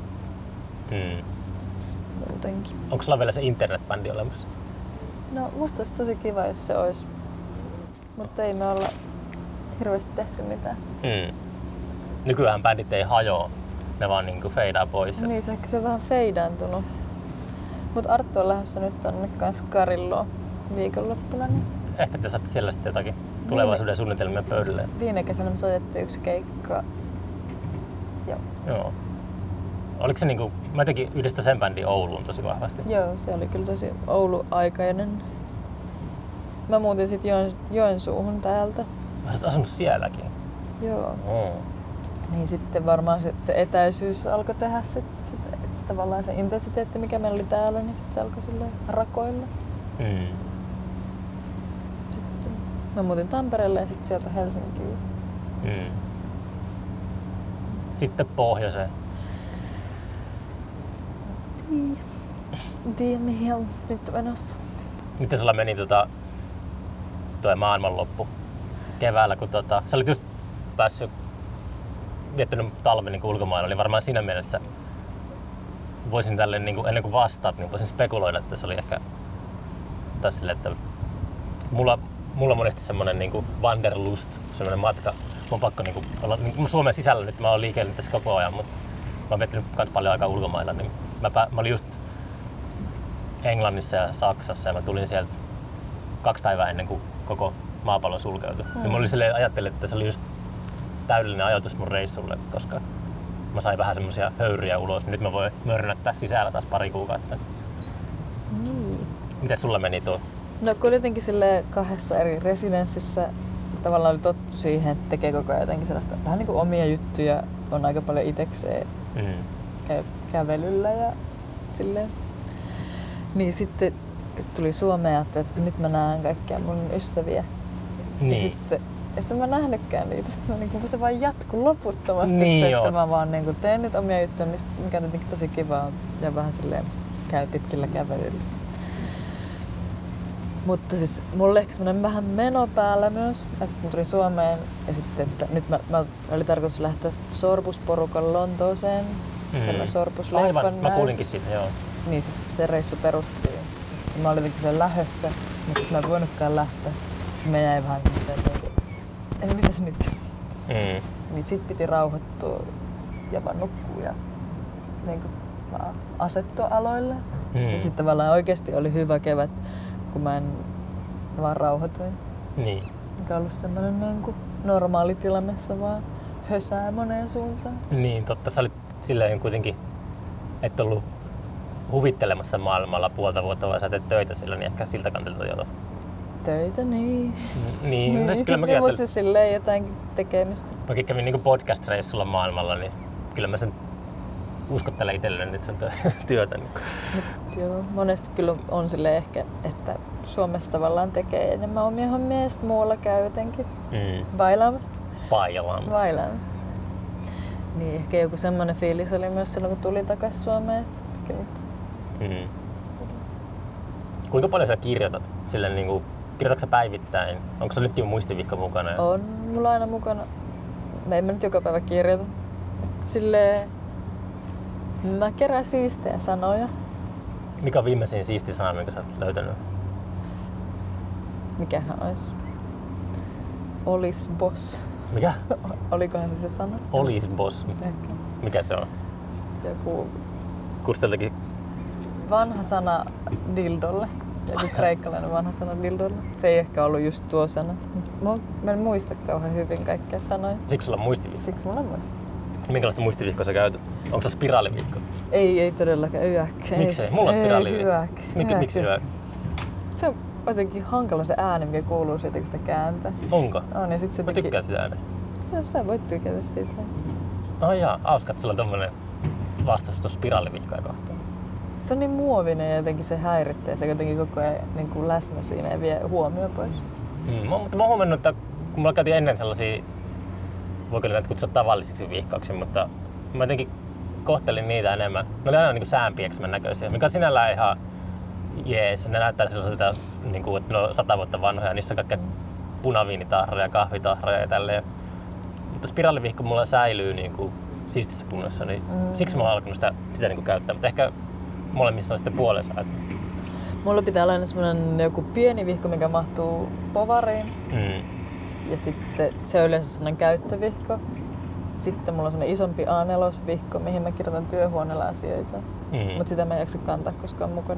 Muutenkin. Onko sulla vielä se internetbändi olemassa? No musta olisi tosi kiva, jos se olisi. Mutta ei me olla hirveästi tehty mitään. Nykyään bändit ei hajoa, ne vaan niinku feidaa pois. Niin, se on vähän feidaantunut. Mut Arttu on lähdössä nyt tonne kans Karilloon viikonloppuna. Niin ehkä te saatte siellä sitten jotakin tulevaisuuden suunnitelmia pöydälle. Viime kesänä me soitettiin yksi keikka. Joo. Oliko se niinku, mä jotenkin yhdestä sen bändin Ouluun tosi vahvasti. Joo, se oli kyllä tosi Oulu-aikainen. Mä muutin sit Joensuuhun täältä. Olet asunut sielläkin? Joo. Niin sitten varmaan se etäisyys alkoi tehdä sit tavallaan se intensiteetti, mikä meillä oli täällä, niin sit se alkoi silleen rakoilla. Sitten mä muutin Tampereelle ja sitten sieltä Helsinkiin. Sitten pohjoiseen. En tiedä mihin on nyt menossa. Miten sulla meni tuo maailmanloppu keväällä, kun sä olit just päässyt viettänyt talven niin ulkomailla, niin varmaan siinä mielessä voisin tälle niin kuin, ennen kuin vastaat, niin voisin spekuloida, että se oli ehkä sille, että mulla on monesti semmoinen niin kuin wanderlust, semmoinen matka. Mun on pakko niin kuin, olla niin Suomen sisällä nyt, mä oon liikeillyt tässä koko ajan, mutta mä oon viettänyt kans paljon aikaa ulkomailla, niin mä olin just Englannissa ja Saksassa ja mä tulin sieltä 2 päivää ennen kuin koko maapallo sulkeutui. Ja mä olin silleen, ajattelin, että se oli just täydellinen ajoitus mun reissulle, koska mä sain vähän semmosia höyryjä ulos. Nyt mä voin mörnättää sisällä taas pari kuukautta. Niin. Miten sulla meni tuo? No kun oli jotenkin silleen 2 eri residenssissä, tavallaan oli tottu siihen, että tekee koko ajan jotenkin sellaista vähän niin kuin omia juttuja, on aika paljon itekseen, käy kävelyllä ja silleen. Niin sitten tuli Suomeen ja ajattelin, että nyt mä näen kaikkia mun ystäviä. Niin. Ja sitten mä nähnytkään niitä. Sitten niin se vaan jatkuu loputtomasti niin se, joo. että mä vaan niin teen nyt omia juttuja, mikä on tietenkin tosi kivaa ja vähän silleen käy pitkillä kävelyillä. Mutta siis mulla ehkä semmonen vähän meno päällä myös, että mä tulin Suomeen ja sitten, että nyt mä oli tarkoitus lähteä Sorbusporukan Lontooseen, siellä Sorbusleffan Aivan, mä kuulinkin siitä, joo. Niin sit se reissu peruttiin. Ja sitten mä olin jotenkin siellä lähössä, mutta sit mä en voinutkaan lähteä. Sitten mä jäin vähän semmoiseen, että mitäs nyt? Niin sit piti rauhoittua ja vaan nukkua ja niin kuin, vaan asettua aloille. Ja sitten tavallaan oikeesti oli hyvä kevät, kun mä vaan rauhoituin. Niin. Mikä on ollut semmonen niin kuin normaali tila, missä vaan hösää moneen suuntaan. Niin, totta. Sä olit silleen kuitenkin, et ollut huvittelemassa maailmalla puolta vuotta, vaan sä teet töitä silloin, niin ehkä siltä kantilta jo. Töitä, niin. Niin, no siis kyllä mäkin mutta siis silleen jotain tekemistä. Mäkin kävin niinku podcast-reissulla maailmalla, niin kyllä mä sen uskottelen itselleni, että se on työtä. Mut joo, monesti kyllä on silleen ehkä, että Suomessa tavallaan tekee enemmän omia hommia ja sitten muualla käy jotenkin bailaamassa. Bailaamassa. Niin ehkä joku semmonen fiilis oli myös silloin, kun tuli takas Suomeen. Kuinka paljon sä kirjoitat? Silleen niinku, kirjoitatko sä päivittäin? Onko se nytkin muistivihko mukana? On mulla aina mukana. Mä en nyt joka päivä kirjoita. Silleen mä kerään siistejä sanoja. Mikä on viimeisin siisti sana, minkä sä oot löytänyt? Mikähän ois? Olis boss. Mikä? Olikohan se sana? Olis boss. Ehkä. Mikä se on? Joku Kursteltakin. vanha sana dildolle. Joku kreikkalainen vanha sana dildolle. Se ei ehkä ollut just tuo sana. Mä en muista kauhean hyvin kaikkia sanoja. Siksi sulla on muistivihko? Siksi mulla on muista. Minkälaista muistivihkoa sä käytät? Onko se spiraalivihko? Ei todellakaan yäkkä. Miksei? Mulla on spiraalivihko. Miksi yäkkä? Se on jotenkin hankala se ääni, mikä kuuluu siitä, kun sitä kääntää. Onko? On, ja sit se mä tykkään sitä äänestä. Sä voit tykätä siitä. Ai jaa, hauska, että sulla on tommonen vastustus spiraalivihkoja kohtaan. Se on niin muovinen ja jotenkin se häiritsee. Se jotenkin koko ajan niin kuin läsnä siinä ja vie huomioon pois. Mutta mä oon huomannut, että kun mulla käytiin ennen sellaisia, voiko näitä kutsua tavallisiksi vihkauksi, mutta mä jotenkin kohtelin niitä enemmän. Ne oli aina niin säänpieksemän näköisiä, mikä on sinällään ihan jees. Ne näyttää sellaisilta, niin kuin, että ne on 100 vuotta vanhoja, niissä on kaikkea punaviinitahroja, kahvitahroja ja tälleen. Mutta spiraalivihko mulla säilyy niin kuin siistissä kunnossa, niin siksi mä oon alkanut sitä niin kuin käyttää. Mutta ehkä molemmissa on sitten puolensa. Mulla pitää olla aina semmonen joku pieni vihko, mikä mahtuu povariin. Ja sitten se on yleensä semmonen käyttövihko. Sitten mulla on semmonen isompi A4-vihko, mihin mä kirjoitan työhuoneella asioita. Mut sitä mä en jaksa kantaa koskaan mukana.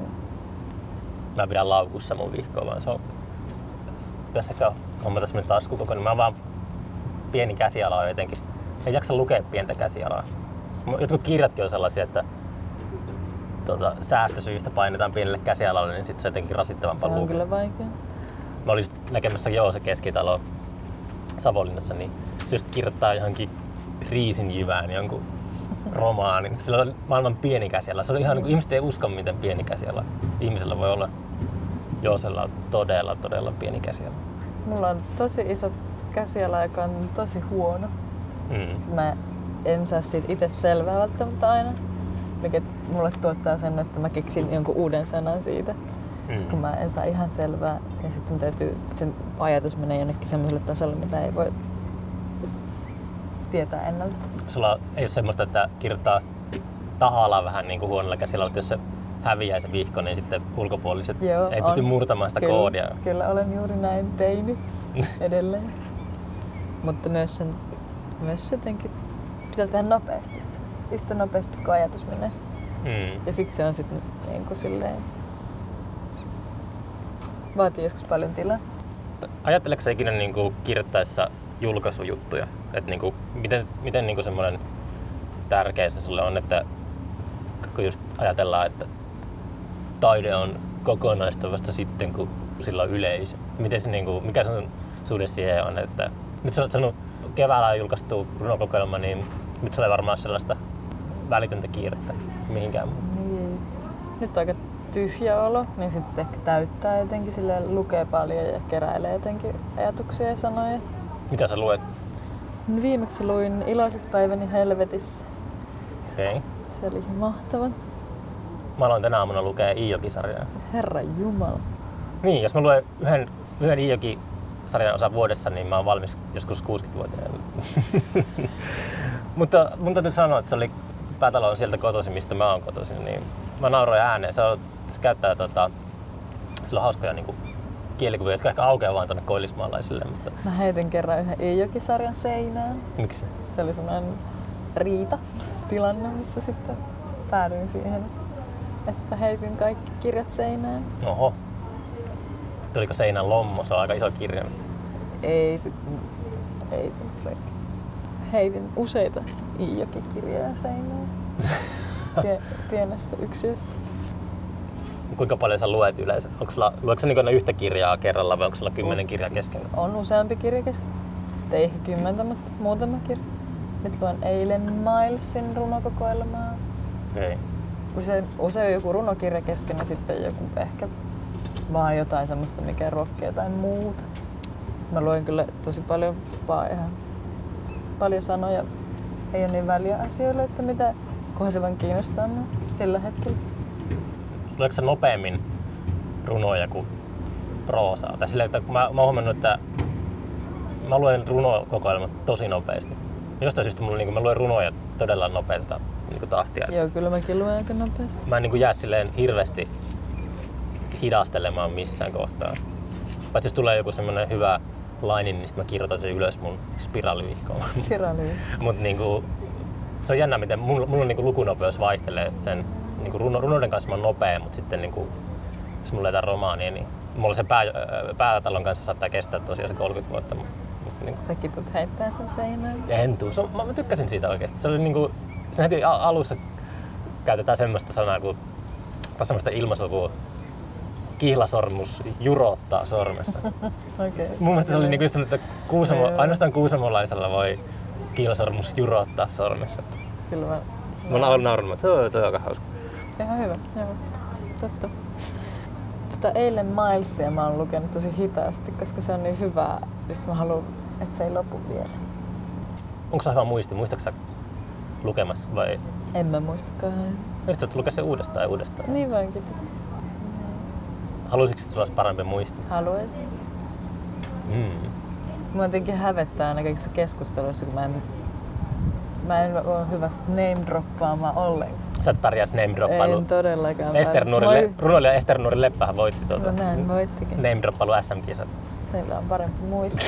Mä pidän laukussa mun vihkoa, vaan se on... Tässäkään hommata semmonen taskukokoinen. Mä oon vaan pieni käsiala on jotenkin. En jaksa lukea pientä käsialaa. Jotkut kirjatkin on sellaisia, että säästösyistä painetaan pienelle käsialalle, niin sit se jotenkin rasittavampaa lukea. Se on kyllä vaikea. Mä olin näkemässä se keskitalo Savonlinnassa, niin se just kirjoittaa johonkin riisinjyvään jonkun romaanin. Sillä on maailman pieni käsiala. Se on ihan niin ihmiset ei usko, miten pieni käsiala ihmisellä voi olla. Joosella on todella pieni käsiala. Mulla on tosi iso käsiala, joka on tosi huono. Mä en saa siitä itse selvää välttämättä aina. Mikä mulle tuottaa sen, että mä keksin jonkun uuden sanan siitä, kun mä en saa ihan selvää. Ja sitten täytyy, sen ajatus menee jonnekin semmoiselle tasolle, mitä ei voi tietää ennalta. Sulla ei ole semmoista, että kirjoittaa tahallaan vähän niin kuin huonolla käsillä, että jos se häviää se vihko, niin sitten ulkopuoliset ei pysty murtamaan sitä koodia. Kyllä olen juuri näin teini edelleen. Mutta myös jotenkin pitää tehdä nopeasti. Yhtä nopeasti kun ajatus menee. Ja siksi se on sitten niin kuin silleen... Vaatii joskus paljon tilaa. Ajatteleeko sä ikinä niin kuin kirjoittaessa julkaisujuttuja? Että niinku, miten niinku semmoinen tärkeä se sulle on, että kun just ajatellaan, että taide on kokonaista vasta sitten, kun sillä on yleisö. Miten se, niinku, mikä sun suhde siihen on? Että nyt sä oot sanonut keväällä julkaistu runokokoelma, niin nyt sulla ei varmaan sellaista välitöntä kiirettä mihinkään. Niin. Nyt on aika tyhjä olo, niin sitten ehkä täyttää jotenkin, silleen lukee paljon ja keräilee jotenkin ajatuksia ja sanoja. Mitä sä luet? No viimeksi luin Iloiset päiväni helvetissä. Okei. Okay. Se oli mahtava. Mä aloin tänä aamuna lukea Iijoki-sarjaa. Herra Jumala. Niin, jos mä luen yhden Iijoki-sarjan osan vuodessa, niin mä oon valmis joskus 60-vuotiaana. Mutta mun täytyy sanoa, että se oli Päätalo on sieltä kotoisin, mistä mä oon kotoisin, niin mä nauroin ääneen. Se käyttää sillä on hauskoja niinku kielikuvia, jotka ehkä aukeaa vaan tonne koillismaalaisille. Mutta... Mä heitin kerran yhden Iijoki-sarjan seinään. Miksi? Se oli semmoinen riita-tilanne, missä sitten päädyin siihen, että heitin kaikki kirjat seinään. Oho. Tuliko seinän lommo? Se on aika iso kirja. Ei tullut. Heitin useita Iijoki-kirjoja seinään. Pienessä yksiössä. Kuinka paljon sä luet yleensä? Luetko sä niin yhtä kirjaa kerralla vai onko sulla 10 kirjaa kesken? On useampi kirja kesken. Ei ehkä 10, mutta muutama kirja. Nyt luen eilen Milesin runokokoelmaa. Okay. Usein joku runokirja kesken ja sitten joku ehkä vaan jotain semmoista, mikä ruokkii jotain muuta. Mä luen kyllä tosi paljon vaan ihan paljon sanoja. Ei ole niin väliä asioille, että kunhan se vaan kiinnostaa minua sillä hetkellä. Luetko sä nopeammin runoja kuin proosaa? Tai silleen, että mä oon huomannut, että mä luen runokokoelmat tosi nopeasti. Jostain syystä mä luen runoja todella nopeata tahtia. Joo, kyllä mäkin luen aika nopeasti. Mä en jää silleen hirveästi hidastelemaan missään kohtaa. Paitsi jos tulee joku semmonen hyvä laini, niin sit mä kirjoitan sen ylös mun spiraalivihkoon. Mut se on jännä, miten mulla on lukunopeus vaihtelee sen. Runouden kanssa mä oon nopea, mutta sitten jos mulla ei romaania, niin mulla se päätalon kanssa saattaa kestää tosiaan se 30 vuotta. Säkin tulet heittää sen seinään. En tuu. Mä tykkäsin siitä oikeesti. Se oli se heti alussa käytetään semmoista sanaa kuin semmoista ilmaisua kuin kihlasormus jurottaa sormessa. Okay. Mun mielestä se oli just että ainoastaan kuusamolaisella voi kihlasormus jurottaa sormessa. Kyllä mä oon naurannut, että toi on aika hauska. Ihan hyvä, joo. Totta. Eilen Milesia mä oon lukenut tosi hitaasti, koska se on niin hyvää. Ja sit mä haluan, että se ei lopu vielä. Onko se hyvä muisti? Muistatko sä lukemassa vai? En mä muistakaan. Mistä oot lukea se uudestaan ja uudestaan? Niin voinkin. Haluaisitko, että sulla olisi parempi muisti? Haluaisin. Mua jotenkin hävettää aina kaikissa keskusteluissa, kun mä en ole hyvä name-droppaamaan ollenkaan. Sä et pärjäs name-droppailuun. En todellakaan Runoilija Ester Nuori Leppähän voitti No näin voittikin. name-droppailu SM-kisat. Sillä on parempi muisti.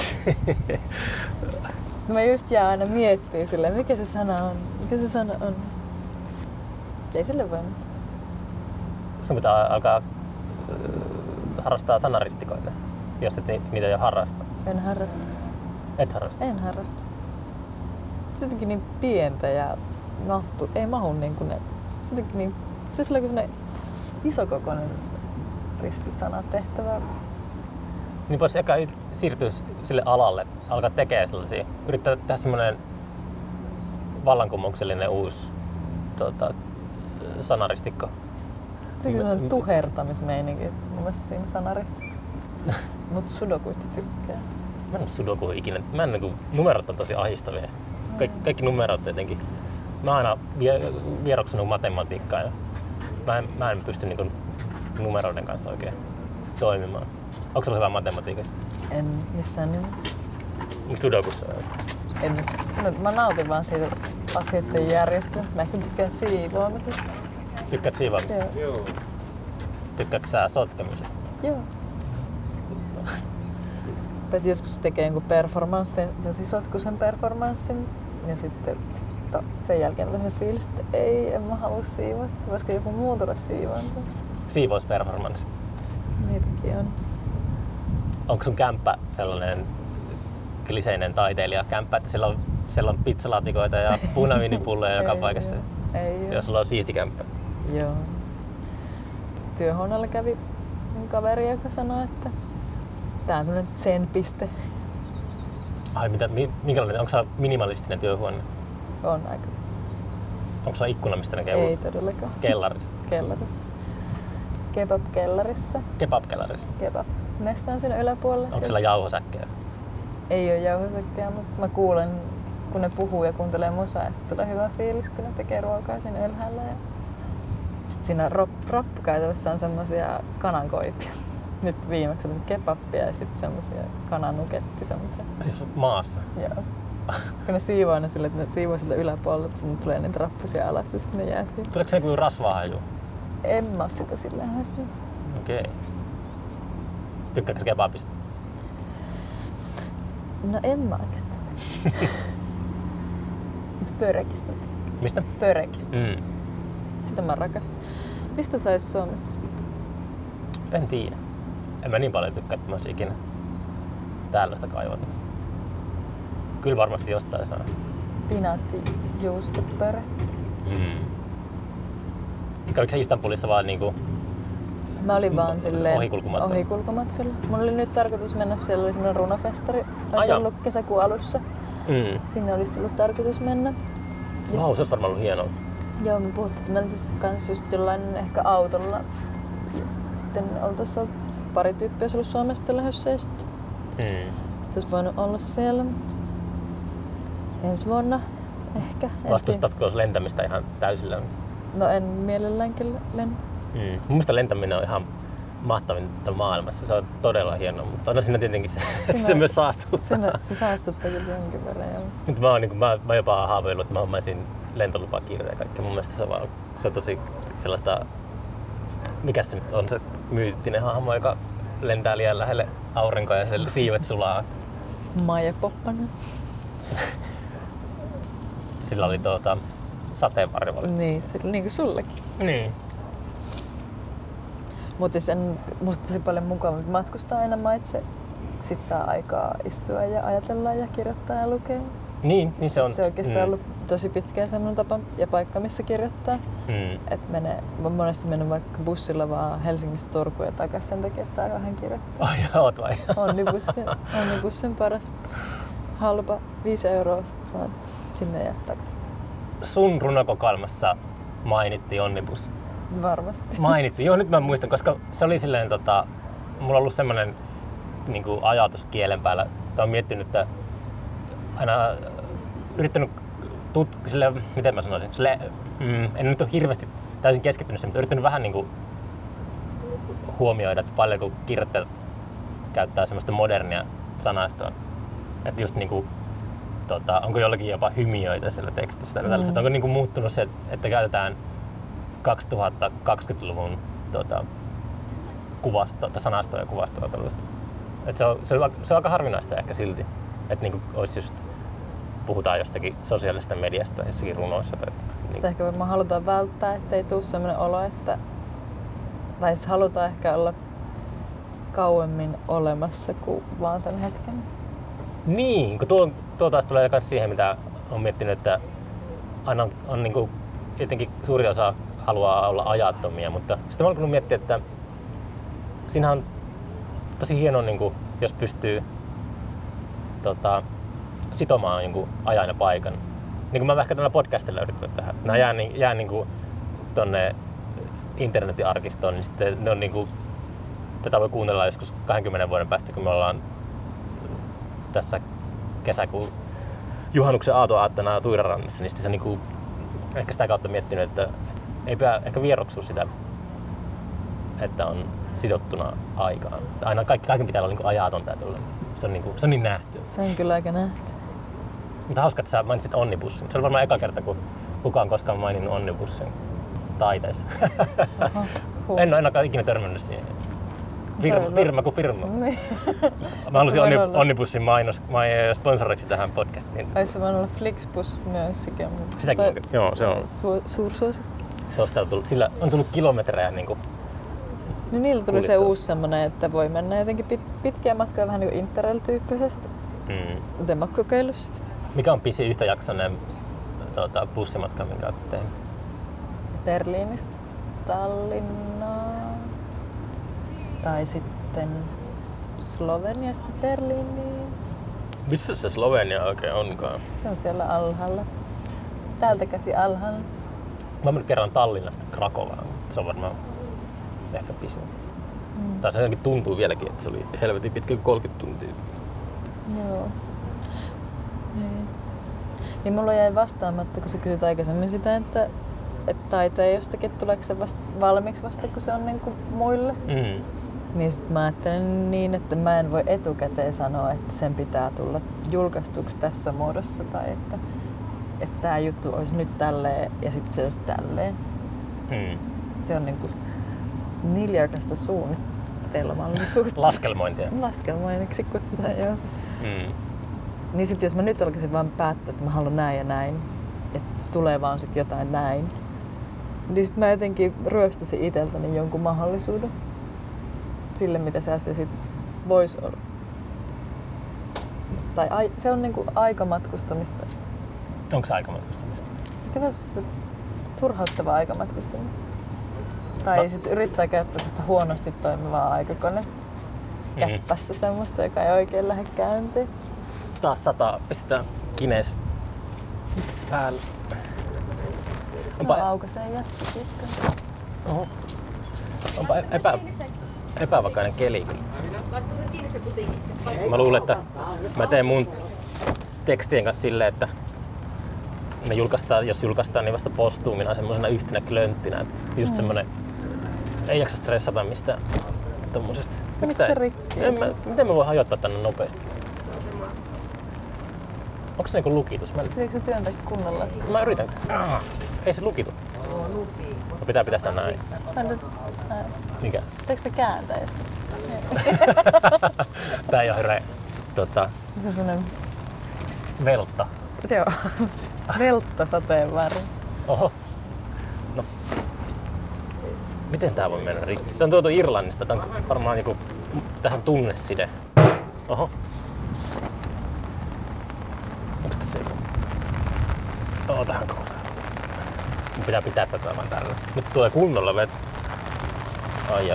No mä just jää aina miettiä silleen, mikä se sana on. Ei sille voi mitään. Sun pitää alkaa harrastaa sanaristikoita, jos et niitä jo harrasta. En harrasta. Et harrasta? En harrasta. Se on jotenkin niin pientä ja ei mahu niin kuin ne. Se on jotenkin niin, pitäisi olla sellainen isokokoinen ristisana tehtävä. Niin voisi ehkä siirtyä sille alalle, alkaa tekemään sellaisia. Yrittää tehdä semmoinen vallankumouksellinen uusi sanaristikko. Se on sellainen tuhertamismeininki mun mielestä siinä sanaristikossa. Mut sudokuista tykkää. Mä en ole sudoku ikinä. Numerot on tosi ahdistavia. Kaikki numerot jotenkin. Mä oon aina vieroksunut matematiikkaa ja mä en pysty numeroiden kanssa oikein toimimaan. Onko sulla hyvä matematiikassa? En missään nimessä. Mut sudokussa? En missään. No, mä nautin vaan siitä asioiden järjestelmästä. Mä ehkä tykkään siivoamisesta. Tykkäät siivoamisesta? Joo. Tykkäätkö sä sotkemisesta? Joo. Pääsin joskus tekee jonkun performanssin, tosi sotkuisen performanssin. Ja sitten sen jälkeen oli se fiilis, että en mä halua siivoista. Voisiko joku muu tulla siivoantaa? Siivousperformanssi? Niitäkin on. Onko sun kämppä sellainen kliseinen taiteilijakämppä, että siellä on siellä on pizzalaatikoita ja punaviinipulloja joka paikassa. Ei jos sulla on siisti kämppä. Joo. Työhuoneella kävi mun kaveri, joka sanoi, että tää on tämmönen zen-piste. Ai minkälainen? Onko se minimalistinen työhuone? On aika. Onko se ikkuna, mistä näkee? Ei todellakaan. Kellarissa? Kellarissa. Kebab-kellarissa. Kebab-kellarissa? Kebab. Mesta on siinä yläpuolella. Onko siellä jauhosäkkejä? Ei oo jauhosäkkejä, mutta mä kuulen, kun ne puhuu ja kuuntelee musaa ja sit tulee hyvä fiilis, kun ne tekee ruokaa siinä ylhäällä. Ja sit siinä rappukäytävässä on semmosia kanankoipia. Nyt viimeksi oli kebappia ja sit semmosia kananuketti semmosia. Siis maassa? Joo. Kun ne siivoo ne sille, että ne siivoo siltä yläpuolelta, niin tulee niitä rappusia alas ja sit ne jää siihen. Tuleeko se joku rasvahaju? En mä oo sitä silleen haistanut. Okei. Tykkääkö kebabista? No en mä oikeastaan. Mutta pörekistä. Mistä? Pörekistä. Sitä mä rakastan. Mistä sais Suomessa? En tiedä. En mä niin paljon tykkää, että mä ois ikinä täällä sitä kaivannut. Kyllä varmasti jostain saa. Pinaattijuustopöre. Kävikö se Istanbulissa vaan niinku Mä olin vaan silleen ohikulkumatkalla? Mulla oli nyt tarkoitus mennä, siellä oli semmonen runofestari, olisi ollut kesäkuun alussa. Sinne olisi tullut tarkoitus mennä. Se olisi varmaan ollut hienoa. Joo, me puhuttiin, että mentäis kans just jollain ehkä autolla. Ja sitten oltais ollut pari tyyppiä, olisi ollut Suomesta lähdössä ja sitten olisi voinut olla siellä. Mutta ensi vuonna ehkä. Vastustatko lentämistä ihan täysillä? No en mielelläänkin lennä. Mun mielestä lentäminen on ihan mahtavinta maailmassa. Se on todella hienoa, mutta on siinä tietenkin se myös saastuttaa. Se saastuttaa kyllä jonkin verran. Nyt mä jopa haaveillut, että mä hommaisin lentolupakirja ja kaikkea. Mun mielestä se on tosi sellaista, mikä se nyt on se myyttinen hahmo, joka lentää liian lähelle aurinkoa ja sen siivet sulaa. Maija Poppanen. Sillä oli sateenvarjo. Niin kuin sullekin. Niin. Mutta musta tosi paljon mukava matkustaa aina maitse. Sit saa aikaa istua ja ajatella ja kirjoittaa ja lukea. Niin se on. Se on oikeastaan ollut tosi pitkään semmoinen tapa ja paikka, missä kirjoittaa. Et mä monesti mennyt vaikka bussilla vaan Helsingistä Turkuun ja takas sen takia, että saa vähän kirjoittaa. Oot vai? Onnibussin paras. Halpa 5 € vaan sinne ja takas. Sun runokokoelmassa mainittiin Onnibus. Varmasti. Mainittiin. Joo, nyt mä muistan, koska se oli silleen, mulla on ollut semmoinen niinku ajatus kielen päällä. Mä oon miettinyt, että aina yrittänyt silleen, miten mä sanoisin, en nyt ole hirveästi täysin keskittynyt siihen, mutta yrittänyt vähän niinku huomioida, että paljonko kirjoittajat käyttää semmoista modernia sanastoa. Että just niinku, onko jollakin jopa hymiöitä siellä tekstissä. Onko niinku muuttunut se, että käytetään 2020-luvun sanastoa ja kuvastoa. Se on aika harvinaista ehkä silti, että niinku olisi just, puhutaan jostakin sosiaalisesta mediasta jossakin runoissa. Sitä ehkä varmaan halutaan välttää, ettei tule sellainen olo, että tai siis halutaan ehkä olla kauemmin olemassa kuin vaan sen hetken. Niin, kun tuo taas tulee myös siihen, mitä olen miettinyt, että aina on niin kuin, jotenkin suuri osa haluaa olla ajattomia, mutta sitten mä olen miettiä, että siinä on tosi hienoa, niin kuin, jos pystyy sitomaan niin kuin ajan ja paikan. Niin kuin mä ehkä tällä podcastilla yrittänyt tähän. Nämä jää niin kuin tonne internetin arkistoon, niin sitten ne on niin kuin, tätä voi kuunnella joskus 20 vuoden päästä, kun me ollaan tässä kesäkuun juhannuksen aattona Tuiranrannassa, niin sitten se niinku, ehkä sitä kautta miettinyt, että ei pidä ehkä vieroksua sitä, että on sidottuna aikaan. Aina kaiken pitää olla niinku ajatonta. Se on niin nähty. Se on kyllä aika nähty. Mutta hauska, että sä mainitsit Onnibussin. Se oli varmaan eka kerta, kun kukaan koskaan maininnut Onnibussin taiteessa. Cool. En ole ainakaan ikinä törmännyt siihen. Firma kuin firma. Niin. Mä halusin Onnibussin sponsoriksi tähän podcastiin. Olisi se voinut olla Flixbus myös sikä. Sitäkin joo, se on. Suursuosikki. Sillä on tullut kilometrejä niinku. No niillä tuli se uusi semmonen, että voi mennä jotenkin pitkiä matkoja vähän niinku Interrail-tyyppisesti. Mutta en mä kokeillut sitä. Mikä on pisin yhtäjaksoinen bussimatka, minkä olet tehnyt? Berliinistä Tallinnaan. Tai sitten Sloveniasta Berliiniin. Missä se Slovenia oikein onkaan? Se on siellä alhaalla. Täältä käsi alhaalla. Mä oon mennyt kerran Tallinnasta Krakovaan. Se on varmaan ehkä pisin. Tai se ainakin tuntuu vieläkin, että se oli helvetin pitkä 30 tuntia. Joo. Niin mulla jäi vastaamatta, kun sä kysyt aikaisemmin sitä, että taiteen jostakin tuleeko se valmiiksi vasta, kun se on niin kuin muille. Niin sit mä ajattelen niin, että mä en voi etukäteen sanoa, että sen pitää tulla julkaistuksi tässä muodossa tai että tää juttu olisi nyt tälleen ja sitten se olisi tälleen. Se on niinku niljakasta suunnitelmallisuutta. Laskelmointia. Laskelmoinniksi kutsutaan, joo. Niin sit jos mä nyt alkaisin vaan päättää, että mä haluan näin ja näin, että tulee vaan sit jotain näin, niin sit mä jotenkin ryöstäisin iteltäni jonkun mahdollisuuden sille, mitä se asia sit vois olla. Tai se on niinku aikamatkustamista. Onko se aikamatkustamista? Kyllä semmoista turhauttavaa aikamatkustamista. Tai sit yrittää käyttää semmoista huonosti toimivaa aikakone. Käppästä semmoista, joka ei oikein lähde käyntiin. Taas sataa. Pistetään Kines päälle. Onpa aukaisee jättisiskan. Oho. Onpa epävakainen keli. Mä luulen, että mä teen mun tekstien kanssa silleen, että ne julkaistaan, jos julkaistaan, niin vasta postuumina semmosena yhtenä klönttinä. Just semmonen, ei jaksa stressata mistään tommosesta. Miksi se rikki? Miten mä voin hajottaa tänne nopeasti? Onko se niinku lukitus? Pitääkö se työntää kunnolla? Mä yritän. Ei se lukitu. No pitää sitä näin. Mikä? Pitääkö se kääntää? Tää ei oo hirveä Se semmonen veltta. Joo. Veltta sateenvarjo. Oho. No. Miten tää voi mennä rikki? Tää on tuotu Irlannista. Tää on varmaan joku... Tähän tunneside. Oho. Onks tässä joku? Tähän kohtaan. Mun pitää pitää tätä vaan tällä. Nyt tulee kunnolla vet. Ai.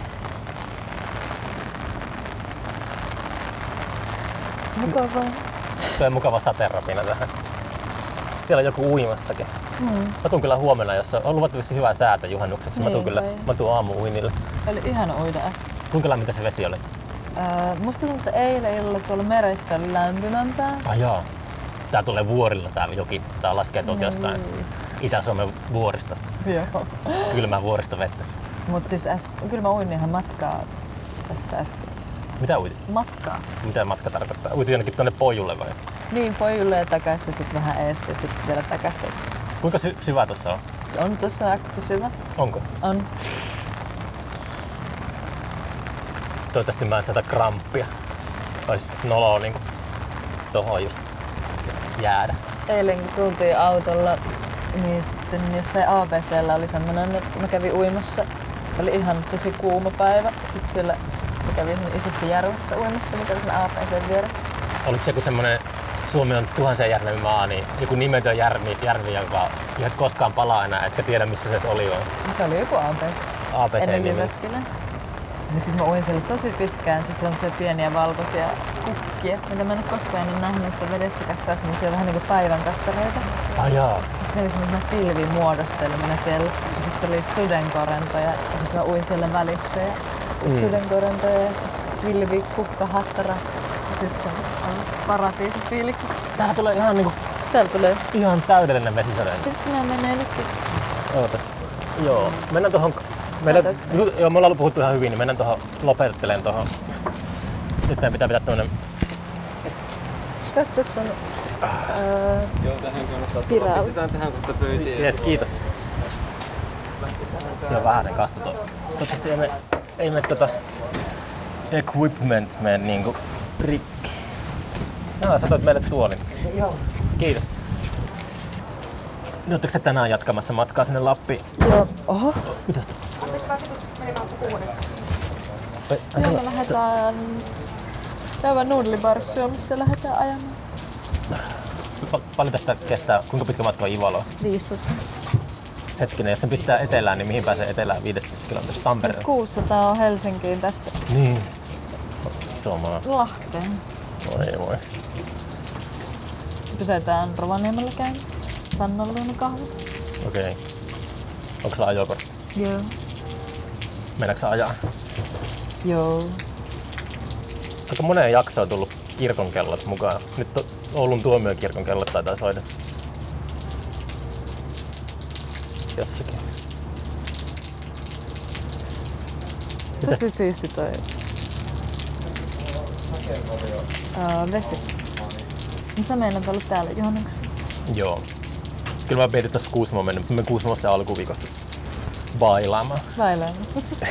Mukavaa. Tuo on mukava sateenrapina tähän. Siellä on joku uimassakin. Mä tuun kyllä huomenna, jos on luvattu hyvää säätä juhannukseksi. Niin, mä tuun aamu-uinille. Oli ihana uida äsken. Kuinka lämmintä se vesi oli? Musta tuntuu, että eilen illalla tuolla meressä oli lämpimämpää. Joo. Tää tulee vuorilla tää joki. Tää laskee tuolta jostain Itä-Suomen vuoristosta. Joo. Kylmää vuoristovettä. Mut siis kyllä mä uin ihan matkaa tässä äsken. Mitä uitit? Matkaa. Mitä matka tarkoittaa? Uitit jonnekin tuonne Pojulle vai? Niin, Pojulle ja takas ja sit vähän ees ja sit vielä takas. Kuinka syvä tossa on? On tossa aika syvä. Onko? On. Toivottavasti mä en saada kramppia. Ois noloa niinku tohon just jäädä. Eilen kun tultiin autolla, niin sitten jossain ABC:llä oli semmonen, että mä kävin uimassa. Oli ihan tosi kuuma päivä. Sitten siellä mä kävin isossa järvessä uimassa, mikä oli sen ABC:n vieressä. Oliko se joku semmonen, Suomi on tuhansien järven maa, niin joku nimetön järvi, joka ei koskaan palaa enää, etkä tiedä missä se oli vai? Se oli joku ABC. Ennen Jyväskylä. Niin sit mä uin siellä tosi pitkään. Sit se on se pieniä valkoisia kukkia, mitä mä en oo koskaan ennen nähnyt, että vedessä kasvaa semmosia vähän niinku päivänkattareita. Jaa. Ne oli semmoisena pilvimuodostelmina siellä. Ja sitten oli sudenkorentoja ja sit mä uin siellä välissä. Ja sudenkorentoja ja sit pilvi, kukka, hattara. Ja sitten paratiisifiiliksissä. Täällä tulee ihan niinku... Täällä tulee. Ihan täydellinen vesisade. Pitäisikö nää menee nytkin? Ootas. Joo. Mennään tohon... Joo, me ollaan puhuttu ihan hyvin, niin mennään tohon lopettelemaan tohon. Nyt meidän pitää tämmönen... Kastuks on Joo, tähän kannattaa spiraali. tulla. Pistetään tähän kohta pöytiin. Jes, kiitos. Joo, vähän sen kastu tuo. Toivottavasti ei mene equipment mene niinku rikki. Sä toit meille tuolin. Joo. Kiitos. Oletteko te tänään jatkamassa matkaa sinne Lappiin? Joo. Oho. Mitäs? Joo, me lähdetään käydään nuudelibarissa, missä lähdetään ajamaan. paljon tästä kestää, kuinka pitkä matka on Ivaloon? 500. Hetkinen, jos sen pistää etelään, niin mihin pääsee etelään 15 kilometristä? Tampereelle? 600 on Helsinkiin tästä. Niin. Suomaan. Lahteen. Voi. Pysäytään Rovaniemellä käyn. Sannan luona kahvi. Okei. Onko sulla ajokortti? Joo. Mennäänkö sä ajaa? Joo. Aika moneen jaksoon on tullut kirkonkellot mukaan. Nyt Oulun tuomiokirkon kellot taitaa soida. Jossakin. Tosi siisti toi. Vesi. Sä meinaat olla täällä juhannuksessa? Joo. Kyllä mä mietin tossa Kuusamoon mennyt, mutta mä Kuusamosta alkuviikosta bailaamaan. Bailaamaan.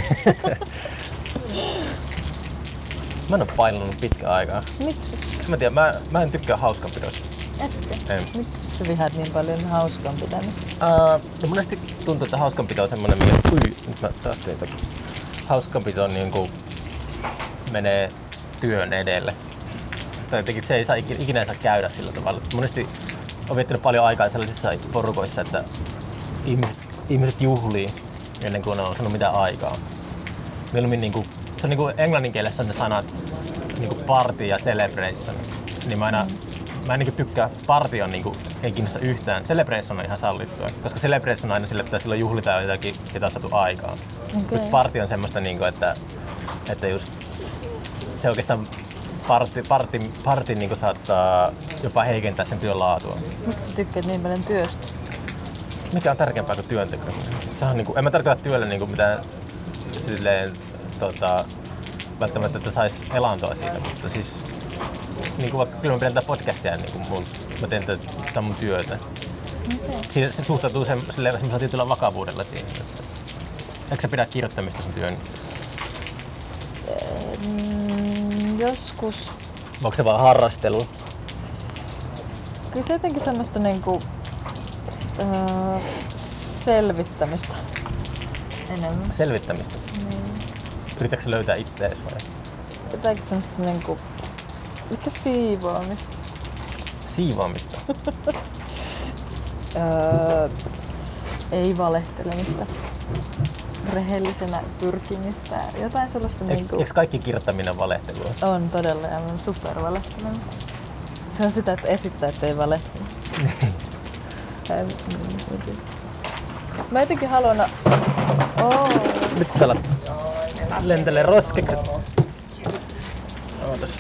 Mä en oo bailannut pitkään aikaa. Miksi? Mä tiedä, mä en tykkää hauskanpidosta. Etkö? En. Miksi sä vihaat niin paljon hauskan pitämistä? Ja monesti tuntuu, että hauskanpito on semmonen, mikä nyt mä taas tein jotakin. Hauskanpito niinku menee työn edelle. Tai jotenkin se ei saa ikinä saa käydä sillä tavalla. Monesti on viettänyt paljon aikaa sellaisissa porukoissa, että ihmiset juhlii ennen kuin on sanonut mitään aikaa. Mieluummin niinku, se on niinku englanninkielessä on ne sanat niinku party ja celebration. Niin mä en tykkää, party on niinku, ei kiinnosta yhtään. Celebration on ihan sallittua, koska celebration on aina sille, että silloin juhlitaan jotakin, mitä on saatu aikaan. Okay. Nyt party on semmoista, niinku, että just se oikeastaan party niinku saattaa jopa heikentää sen työn laatua. Miksi sä tykkäät niin paljon työstä? Mikä on tärkeämpää kuin työn tekeminen? Sehän niinku, en mä tarkoita työlle niinku mitään silleen, välttämättä, että sais elantoa siitä, mutta siis niinku vaikka kyllä mä pidän tätä podcastia, niin mä teen tätä mun työtä. Okay. Se suhtautuu semmoisella tietyllä vakavuudella siihen. Eikö sä pidä kirjoittamista sun työn? Joskus. Onko se vaan harrastelu? Kyllä se jotenkin semmoista niinku selvittämistä enemmän. Selvittämistä? Yritätkö sä löytää ittees vai? Jotakin semmoista niinku ehkä siivoamista. Siivoamista? Ei valehtelemista. Rehellisenä pyrkimistä. Jotain sellaista niinku... Eikö kaikki kirjoittaminen valehtelua? On todella ja on supervalehtelema. Se on sitä, että esittää, että ei valehtele. Mä jotenkin haluan... Nyt täällä lentelee roskikset. Ootas.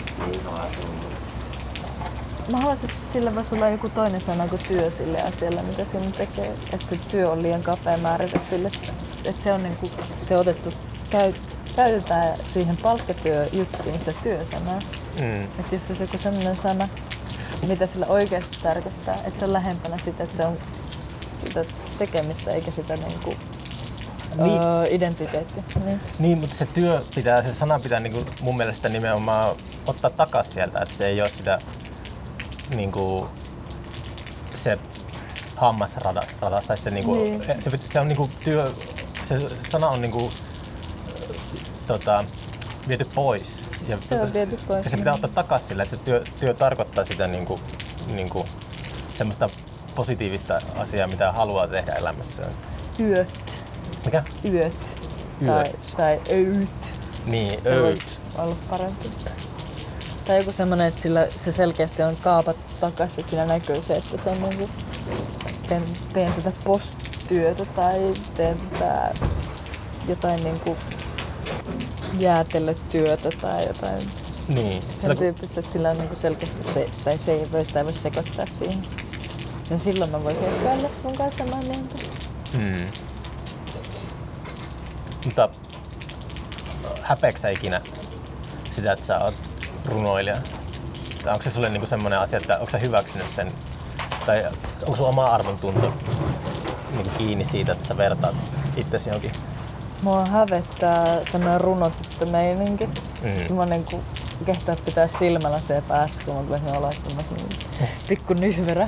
Mä haluaisin, että sillä voisi olla joku toinen sana kuin työ sille asialle, mitä siinä tekee. Että se työ on liian kapea määritä sille, että se on niinku, se otettu, käytetään siihen palkkatyöjuttuun sitä työsanaa. Että jos olisi joku sellainen sana, mitä sillä oikeasti tarkoittaa, että se on lähempänä sitä, että se on sitä tekemistä eikä sitä niinku, identiteettiä. Niin, mutta se se sana pitää niinku mun mielestä nimenomaan ottaa takas sieltä, että se ei ole sitä niinku se hammasradas tai se niinku se on niinku se sana on niinku viety pois. Ja se on viety pois. Ja se pitää ottaa takas sillä, että se työ tarkoittaa sitä niinku semmoista positiivista asiaa, mitä haluaa tehdä elämässään. Yöt. Mikä? Yöt. Yöt. Tai öyt. Niin, se voisi olla parempi. Tai joku semmonen, että sillä se selkeästi on kaapat takas, että siinä näkyy se, että se on niinku teen tätä posttyötä tai teen tätä jotain niinku jäätelötyötä tai jotain sen tyyppistä, että sillä on niinku selkeästi se ei voi sitä sekoittaa siihen. Ja silloin mä voisin ehkä olla sun kanssa samaa mieltä. Mutta häpeätkö sä ikinä sitä, että sä oot runoilija? Tai onko se sulle niinku semmoinen asia, että onko sä hyväksynyt sen? Tai onko sun oma arvontunto niinku kiinni siitä, että sä vertaat itsesi johonkin? Mua hävettää semmoinen runotyttömeininki. Mä niinku kehtaa pitää silmälaseja päässä, kun mä voisin olla semmoinen pikku nyhverä.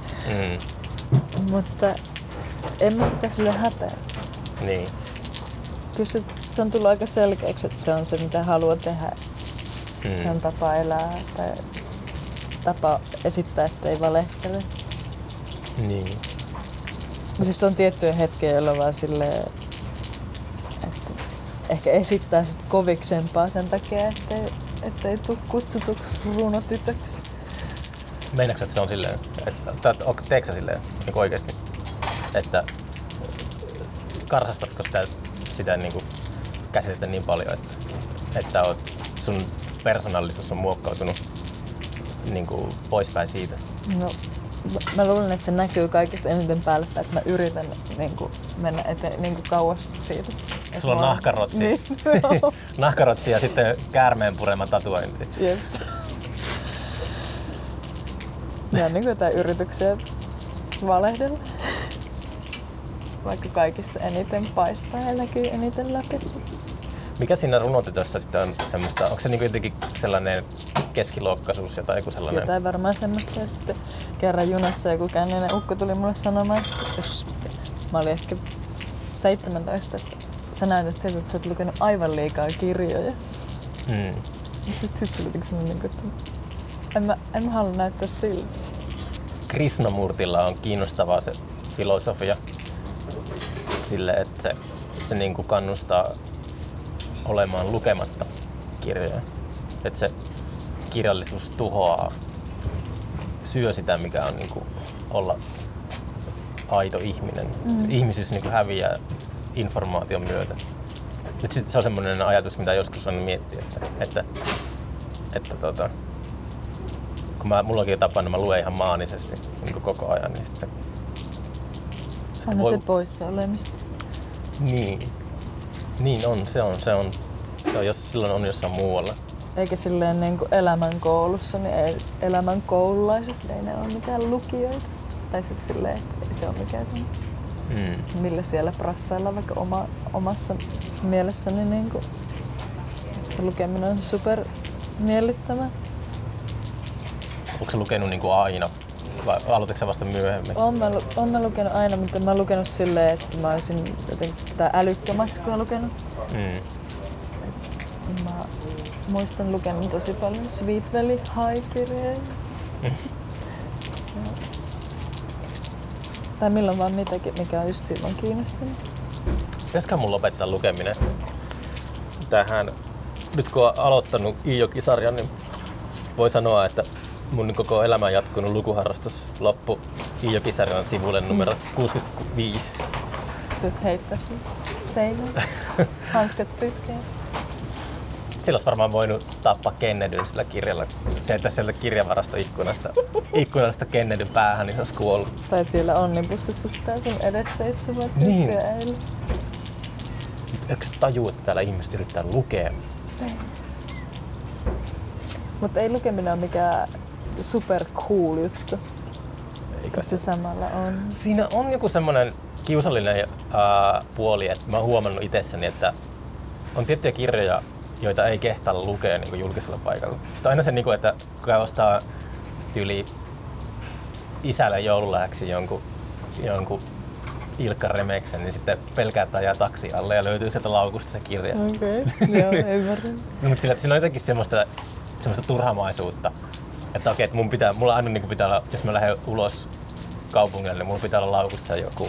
Mutta en mä sitä sille häpeä. Niin. Kyllä se on tullut aika selkeäksi, että se on se, mitä haluaa tehdä. Se on tapa elää. Tai tapa esittää, että ei valehtele. Niin. Siis on tiettyjä hetkiä, jolloin vaan silleen, että ehkä esittää sit koviksempaa sen takia, ettei tule kutsutuksi runotytöksi. Meinaatko, että se on silleen, että teetkö sä silleen niin oikeesti, että karsastatko sitä niin kuin käsitettä niin paljon, että sun persoonallisuus on muokkautunut niin kuin poispäin siitä? No, mä luulen, että se näkyy kaikista eniten päälle, että mä yritän niin kuin, mennä niin kuin kauas siitä. Sulla on nahkarotsi. Niin, Nahkarotsi ja sitten käärmeen purema tatuointi. Jep. Ja niin kuin jotain yrityksiä valehdella. Vaikka kaikista eniten paistaa ja näkyy eniten läpi. Mikä siinä runotytössä sitten on semmoista, onko se niinku jotenkin sellainen keskiluokkaisuus tai joku sellainen? Jotain varmaan semmoista. Ja sitten kerran junassa joku känninen ukko tuli mulle sanomaan, jos mä olin ehkä 17, että sä näytät siltä, että sä oot lukenut aivan liikaa kirjoja. Sitten tuli semmoinen, että en mä halua näyttää siltä. Krishnamurtilla on kiinnostavaa se filosofia sille, että se niinku kannustaa olemaan lukematta kirjoja. Että se kirjallisuus tuhoaa, syö sitä, mikä on niinku olla aito ihminen. Ihmisyys niinku häviää informaation myötä. Se on semmoinen ajatus, mitä joskus on miettiä, että kun mulla on tapana, mä luen ihan maanisesti niin koko ajan. Niin sitten aina se poissa olemista. Niin on, se on silloin on jossain muualla. Eikä silleen niin kuin elämänkoulussa, niin ei elämänkoululaiset, ei ne ole mitään lukijoita. Tai siis silleen, että ei se ole mikään sen, millä siellä prassaillaan, vaikka omassa mielessäni niin kuin lukeminen on super miellyttävää. Onko sä lukenut niin kuin aina vai aloititko sä vasta myöhemmin? Oon mä lukenut aina, mutta mä oon lukenut silleen, että mä olisin jotenkin älyttömäksi, kun mä lukenut. Mä muistan lukenut tosi paljon Sweet Valley High-kirjoja. Tai milloin vaan mitäkin, mikä on just silloin kiinnostunut. Pitäisikö mun lopettaa lukeminen? Tähän, nyt kun olen aloittanut Iijoki-sarjan, niin voi sanoa, että mun koko elämä on jatkunut lukuharrastus loppu Iijoki-sarjan sivulle numero 65. Sä heittää sen seinään, hanskat pystyyn. Silloin olisi varmaan voinut tappaa Kennedyn sillä kirjalla. Se, että sieltä ikkunasta Kennedyn päähän, niin se olisi kuollut. Tai siellä Onnibussissa sitä sun edessä istuvat tyyppiä eilen. Eikö sä tajua, että täällä ihmiset yrittää lukea? Mutta ei lukeminen ole mikään super cool juttu. Eikä se samalla on. Siinä on joku semmoinen kiusallinen puoli, että mä oon huomannut itsessäni, että on tiettyjä kirjoja, joita ei kehtaa lukea niin kuin julkisella paikalla. Sitten aina se, että kun ostaa tyyli isälle joululahjaksi jonkun Ilkka Remeksen, niin sitten pelkää, että ajaa taksi alle ja löytyy sieltä laukusta se kirja. Okei, joo, ymmärrän. Mutta siinä on jotenkin semmoista turhamaisuutta, että okei, että mulla aina pitää olla, jos mä lähden ulos kaupungille, niin mulla pitää olla laukussa joku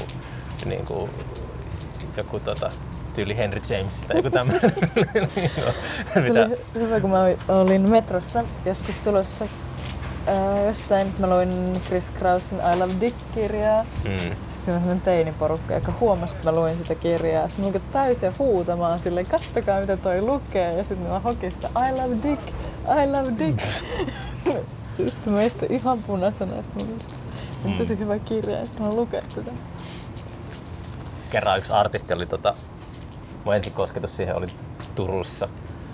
tyyli Henry James tai joku tämmöinen. Tuli hyvä, kun mä olin metrossa joskus tulossa jostain, mä luin Chris Krausin I Love Dick-kirjaa. Sitten mä sellainen teiniporukka, joka huomasi, että mä luin sitä kirjaa. Sitten mä olin täysin huutamaan silleen, kattokaa mitä toi lukee. Ja sitten mä hokin sitä I Love Dick, I Love Dick. Sitten mä istuin ihan punaisena. On tosi hyvä kirja, että mä lukee tätä. Kerran yksi artisti oli mun ensin kosketus siihen oli Turussa.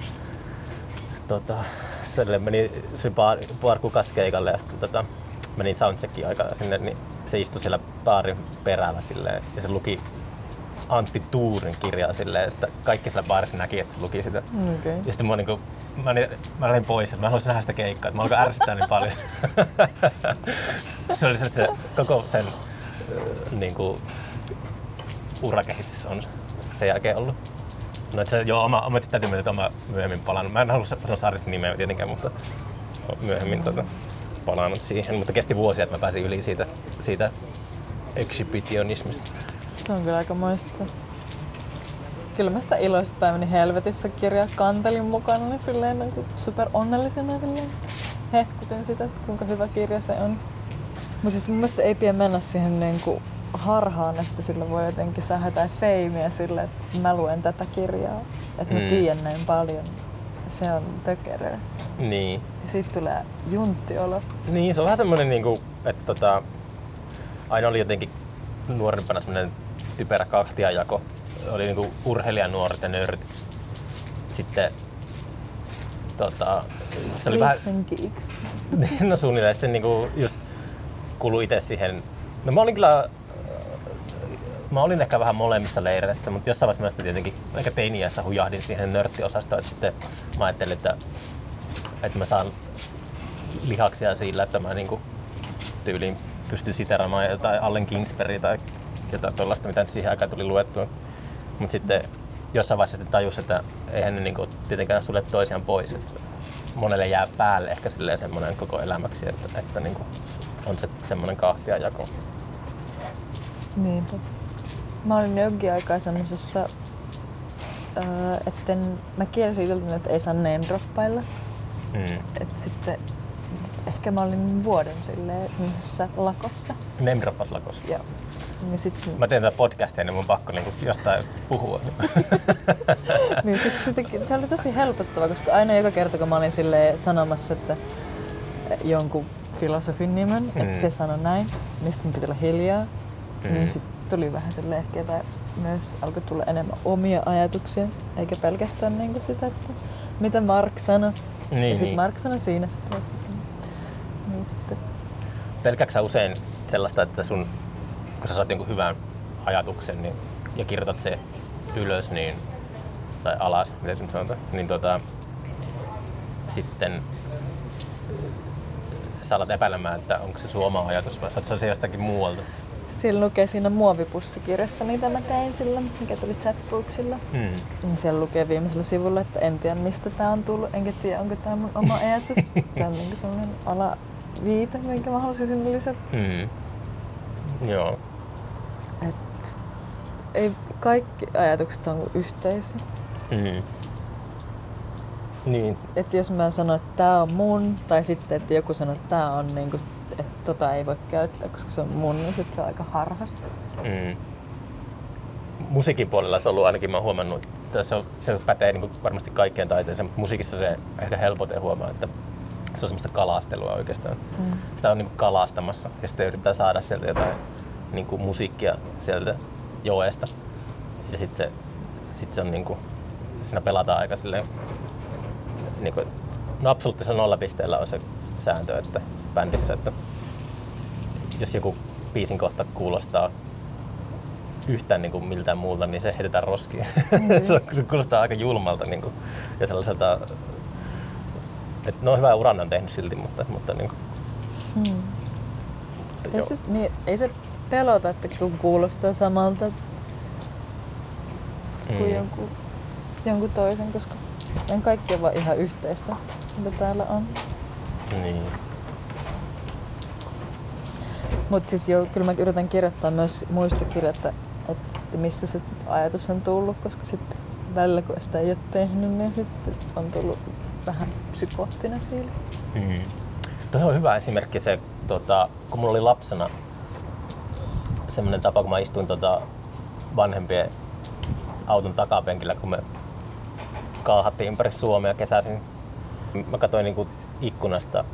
Se meni baarkukaskeikalle ja menin soundcheckin aikaa sinne, niin se istui siellä baarin perällä silleen, ja se luki Antti Tuurin kirjaa silleen, että kaikki siellä baarissa näki, että se luki sitä. Okay. Ja sitten mä lähdin pois, että mä haluaisin nähdä sitä keikkaa, että mä alkoin ärsyttää niin paljon. Se oli se koko sen urakehitys on sen jälkeen ollut. No, että se joo, täytyy myöntää, että mä myöhemmin palannut. Mä en halua sanoa artistin nimeä tietenkään, mutta myöhemmin palannut siihen, mutta kesti vuosia, että mä pääsin yli siitä exhibitionismista. Se on kyllä aika moista. Kyllä mä sitä iloista päiväni helvetissä -kirjaa kantelin mukana, niin silleen niin super onnellisena silleen hehkutin sitä, että kuinka hyvä kirja se on. Mutta siis mun mielestä ei pidä mennä siihen niin kuin harhaan, että sillä voi jotenkin saada jotain feimiä sille, että mä luen tätä kirjaa, että mä tiedän näin paljon. Se on tökeröä. Niin. Ja siitä tulee junttiolo. Niin, se on vähän semmoinen, niinku, että aina oli jotenkin nuorempana semmoinen typerä kahtiajako. Oli niinku urheilijanuoret ja nörtit. Sitten se oli vähän... No suunnilleen sitten niinku just kuului itse siihen. No mä olin ehkä vähän molemmissa leireissä, mutta jossain vaiheessa mä tietenkin ehkä teiniässä hujahdin siihen nörttiosastoon, että sitten mä ajattelin, että mä saan lihaksia sillä, että mä niinku tyyliin pystyn siteraamaan jotain Allen Ginsbergia tai jotain tollaista, mitä nyt siihen aikaan tuli luettua. Mutta sitten jossain vaiheessa tajus, että eihän ne niinku tietenkään sulle toisiaan pois. Että monelle jää päälle ehkä silleen semmoinen koko elämäksi, että niinku on se semmoinen kahtiajako. Niinpä. Mä olin jonkin aikaa semmosessa, mä kielsin itseltäni, että ei saa name-droppailla. Et sitten ehkä mä olin vuoden silleen semmoisessa lakossa. Name-droppas-lakossa? Joo. Niin mä teen tätä podcastia, niin mun pakko niinku jostain puhua. Niin se oli tosi helpottava, koska aina joka kerta kun mä olin silleen sanomassa, että jonkun filosofin nimen, että se sanoi näin, niin sitten piti olla hiljaa. Niin sit tuli vähän silleen ehkä jotain, myös alkoi tulla enemmän omia ajatuksia, eikä pelkästään niinku sitä, että mitä Mark sanoi. Niin, ja sit niin. Mark sanoi siinä sitten. Niin sitten. Pelkääksä usein sellaista, että kun sä saat jonkun hyvän ajatuksen niin, ja kirjoitat se ylös niin, tai alas, miten se nyt sanotaan, niin sitten sä alat epäilemään, että onko se sun oma ajatus vai saat se jostakin muualta? Siellä lukee siinä muovipussikirjassa, mitä mä tein silloin, mikä tuli Chatbooksilla. Niin siellä lukee viimeisellä sivulla, että en tiedä mistä tää on tullut, enkä tiedä onko tää mun oma ajatus. Se on niinku sellainen alaviite, minkä mä halusin sinne lisätä. Joo. Et ei kaikki ajatukset on yhteisiä. Niin. Et jos mä sanon, että tää on mun, tai sitten että joku sanoo, että tää on niinku, että tota ei voi käyttää, koska se on mun, niin sit se on aika harhasta. Musiikin puolella se on ollut ainakin, mä oon huomannut, että se pätee niin varmasti kaikkeen taiteeseen, mutta musiikissa se ehkä helpoiten huomaa, että se on semmoista kalastelua oikeastaan. Sitä on niin kalastamassa ja sitten yritetään saada sieltä jotain niin musiikkia sieltä joesta. Ja sitten se on niin kuin, siinä pelataan aika silleen, niin kuin, no absoluuttisella nollapisteellä on se sääntö, että bändissä, että jos joku biisin kohta kuulostaa yhtään niin kuin miltään muulta, niin se heitetään roskiin. Se kuulostaa aika julmalta niin kuin, ja sellaiselta, että no hyvää uran on tehnyt silti, mutta niin kuin, ei se pelota, että kun kuulostaa samalta kuin jonkun toisen, koska on kaikki vaan ihan yhteistä, mitä täällä on. Niin. Mut siis joo, kyllä mä yritän kirjoittaa myös muistokirjat, että mistä se ajatus on tullut, koska sitten välillä kun sitä ei ole tehnyt, niin sitten on tullut vähän psykoottinen fiilis. Tuo on hyvä esimerkki se, kun mulla oli lapsena semmoinen tapa, kun mä istuin vanhempien auton takapenkillä, kun me kaahattiin ympäri Suomea kesäisin. Mä katsoin niinku ikkunasta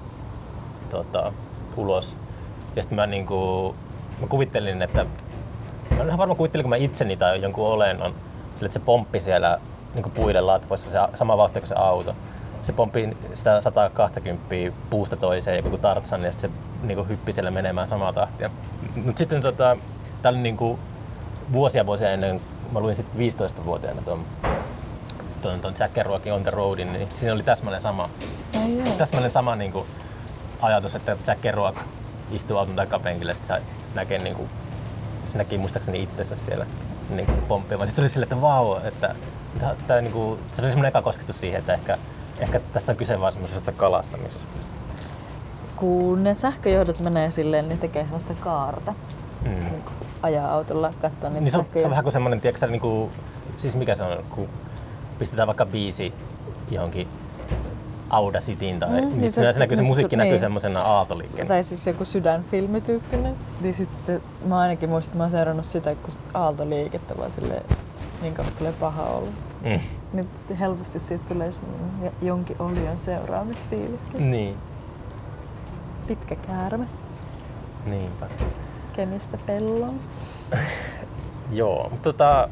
ulos ja sitten mä kuvittelin, että mä ihan varmaan kuvittelin, kun mä itseni tai jonkun olennon, sille, että se pomppi siellä niinku puiden latvoissa se sama vauhti kuin se auto. Se pomppi sitä 120 puusta toiseen joku Tarzan ja sitten se niinku hyppi siellä menemään samaa tahtia. Mut sitten tää oli niinku vuosia ennen, mä luin sitten 15-vuotiaana tuon Jack Kerouacin On the Roadin, niin siinä oli täsmälleen sama niinku ajatus, että Jack Kerouac istuu auton takapenkillä ja sitten se näki muistaakseni itsensä siellä niinku pomppimaan. Sitten se oli silleen, että vau, että tää niinku, se oli semmoinen eka kosketus siihen, että ehkä tässä on kyse vaan semmoisesta kalastamisesta. kun ne sähköjohdot menee silleen, niin tekee sellaista kaarta. Niin ajaa autolla, katsoo niitä Niin se on sähköjohtoja. vähän kuin semmonen, tiedätkö sä, niinku, siis mikä se on, kun pistetään vaikka biisi johonkin Audacityin tai niin se näkyy, se musiikki näkyy semmosena aaltoliikkeenä. Tai siis joku sydänfilmityyppinen. Niin sitten mä ainakin muistan, että mä oon seurannut sitä, kun aaltoliikettä vaan silleen, niin kauan tulee paha olla. Niin helposti siitä tulee semmoinen jonkin olion seuraamisfiiliskin. Niin. Pitkä käärme. Niinpä. Kemistä pelloon. Joo, mutta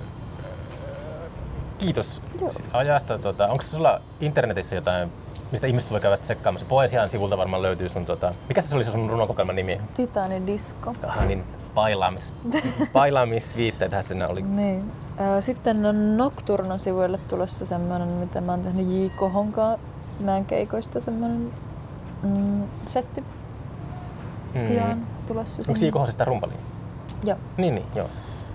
kiitos ajasta. Onko sulla internetissä jotain, mistä ihmiset voi käydä tsekkaamassa? Poesian sivulta varmaan löytyy sun, mikä se oli sun runokokoelman nimi? Titani Disco. Niin, bailaamisviitteitähän siinä oli. Niin. Sitten on Nocturnon sivuille tulossa semmoinen, mitä mä oon tehnyt J. Kohonkaan näin keikoista semmoinen setti. Pian tulossa Onko sinne. J. Koho sitä rumpaliin? Joo. Niin, joo.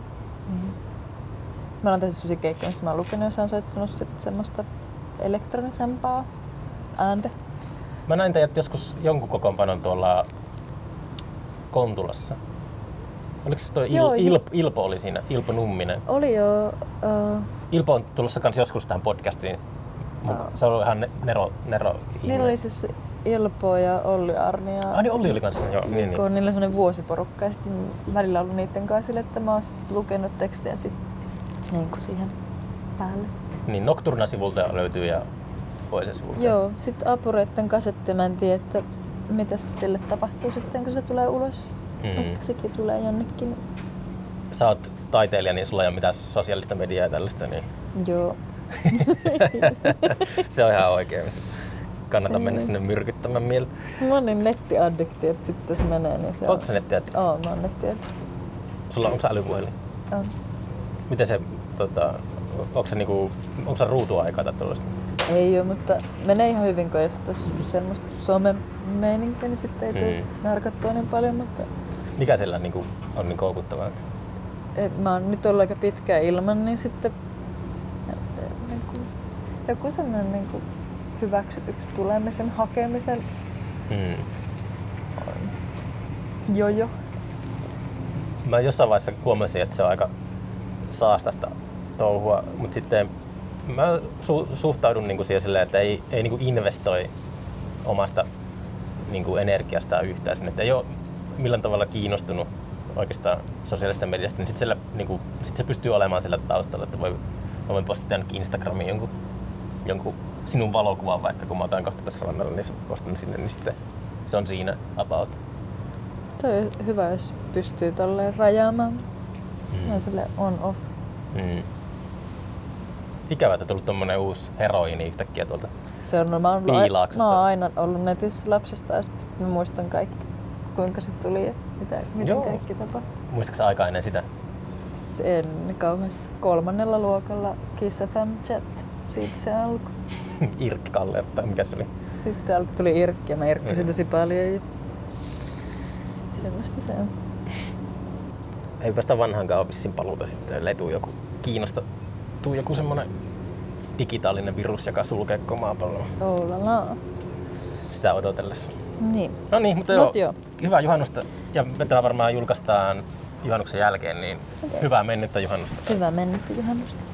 Mä oon tehnyt semmosia keikkoja, missä mä oon lukenut ja se on soittanut sit semmoista elektronisempaa ääntä. Mä näin teidät joskus jonkun kokoonpanon tuolla Kontulassa. Oliko se toi Ilpo oli siinä? Ilpo Numminen. Oli jo. Ilpo on tulossa kans joskus tähän podcastiin. Se on ihan Nero Niillä oli siis Ilpo ja Olli Arni ja niin Olli oli kanssa, joo. Niin. niillä on semmoinen vuosiporukka ja sitten välillä ollut niiden kanssa sille, että mä oon sit lukenut tekstejä sit niin kuin siihen päälle. Niin Nocturna-sivulta löytyy ja Poesia-sivulta. Joo, sitten Apureitten kasetti, mä en tiedä, että mitä sille tapahtuu sitten, kun se tulee ulos. Ehkä sekin tulee jonnekin. Sä oot taiteilija, niin sulla ei ole mitään sosiaalista mediaa ja tällaista, niin Joo. se on ihan oikein. Kannattaa mennä sinne myrkyttämään mieltä. Mä oon niin nettiaddikti, että sitten jos menee, niin se on... Ootko sä nettiaddikti? Oo, mä oon nettiaddikti. Onko sä älypuhelin? On. Miten se, onko se ruutuaikaa tai tuollaista? Ei oo, mutta menee ihan hyvin, kun jos tässä semmoista some-meininkiä, niin sitten ei tule narkattua niin paljon, mutta... Mikä siellä on niin koukuttavaa? Mä oon nyt ollut aika pitkään ilman, niin sitten joku semmoinen hyväksytyksi tulemisen, hakemisen jojo. Mä jossain vaiheessa huomasin, että se on aika saastasta touhua, mutta sitten mä suhtaudun siihen silleen, että ei investoi omasta energiastaan yhtään sinne, että ei ole millään tavalla kiinnostunut oikeastaan sosiaalisesta mediasta, niin sitten sit se pystyy olemaan sillä taustalla, että voin postata ainakin Instagramiin jonkun sinun valokuvan vaikka, kun mä otan kohta tässä rannalla, niin postan sinne, niin sitten se on siinä about. Toi on hyvä, jos pystyy tolleen rajaamaan. Ja silleen on-off. Ikävä, että on tullut tommonen uusi heroiini yhtäkkiä tuolta Se on, mä Piilaaksosta. oon aina ollut netissä lapsesta ja sitten mä muistan kaikki, kuinka se tuli ja miten kaikki tapahtui. Muistatko aikaa ennen sitä? En kauheasti. 3. luokalla Kiss FM Chat. Siitä se alkoi. Irkki Kalle, tai mikä se oli? Sitten tuli Irkki ja mä irkkasin tosi paljon ja semmoista se on. Ei päästä vanhaankaan vissiin paluuta sitten, ellei tuu joku semmonen digitaalinen virus, joka sulkee koko maapalloa. Oulala. Sitä odotellessa. Niin. No niin, mutta joo. Hyvää juhannusta ja me varmaan julkaistaan juhannuksen jälkeen, niin hyvää mennyttä juhannusta. Hyvää mennyttä juhannusta.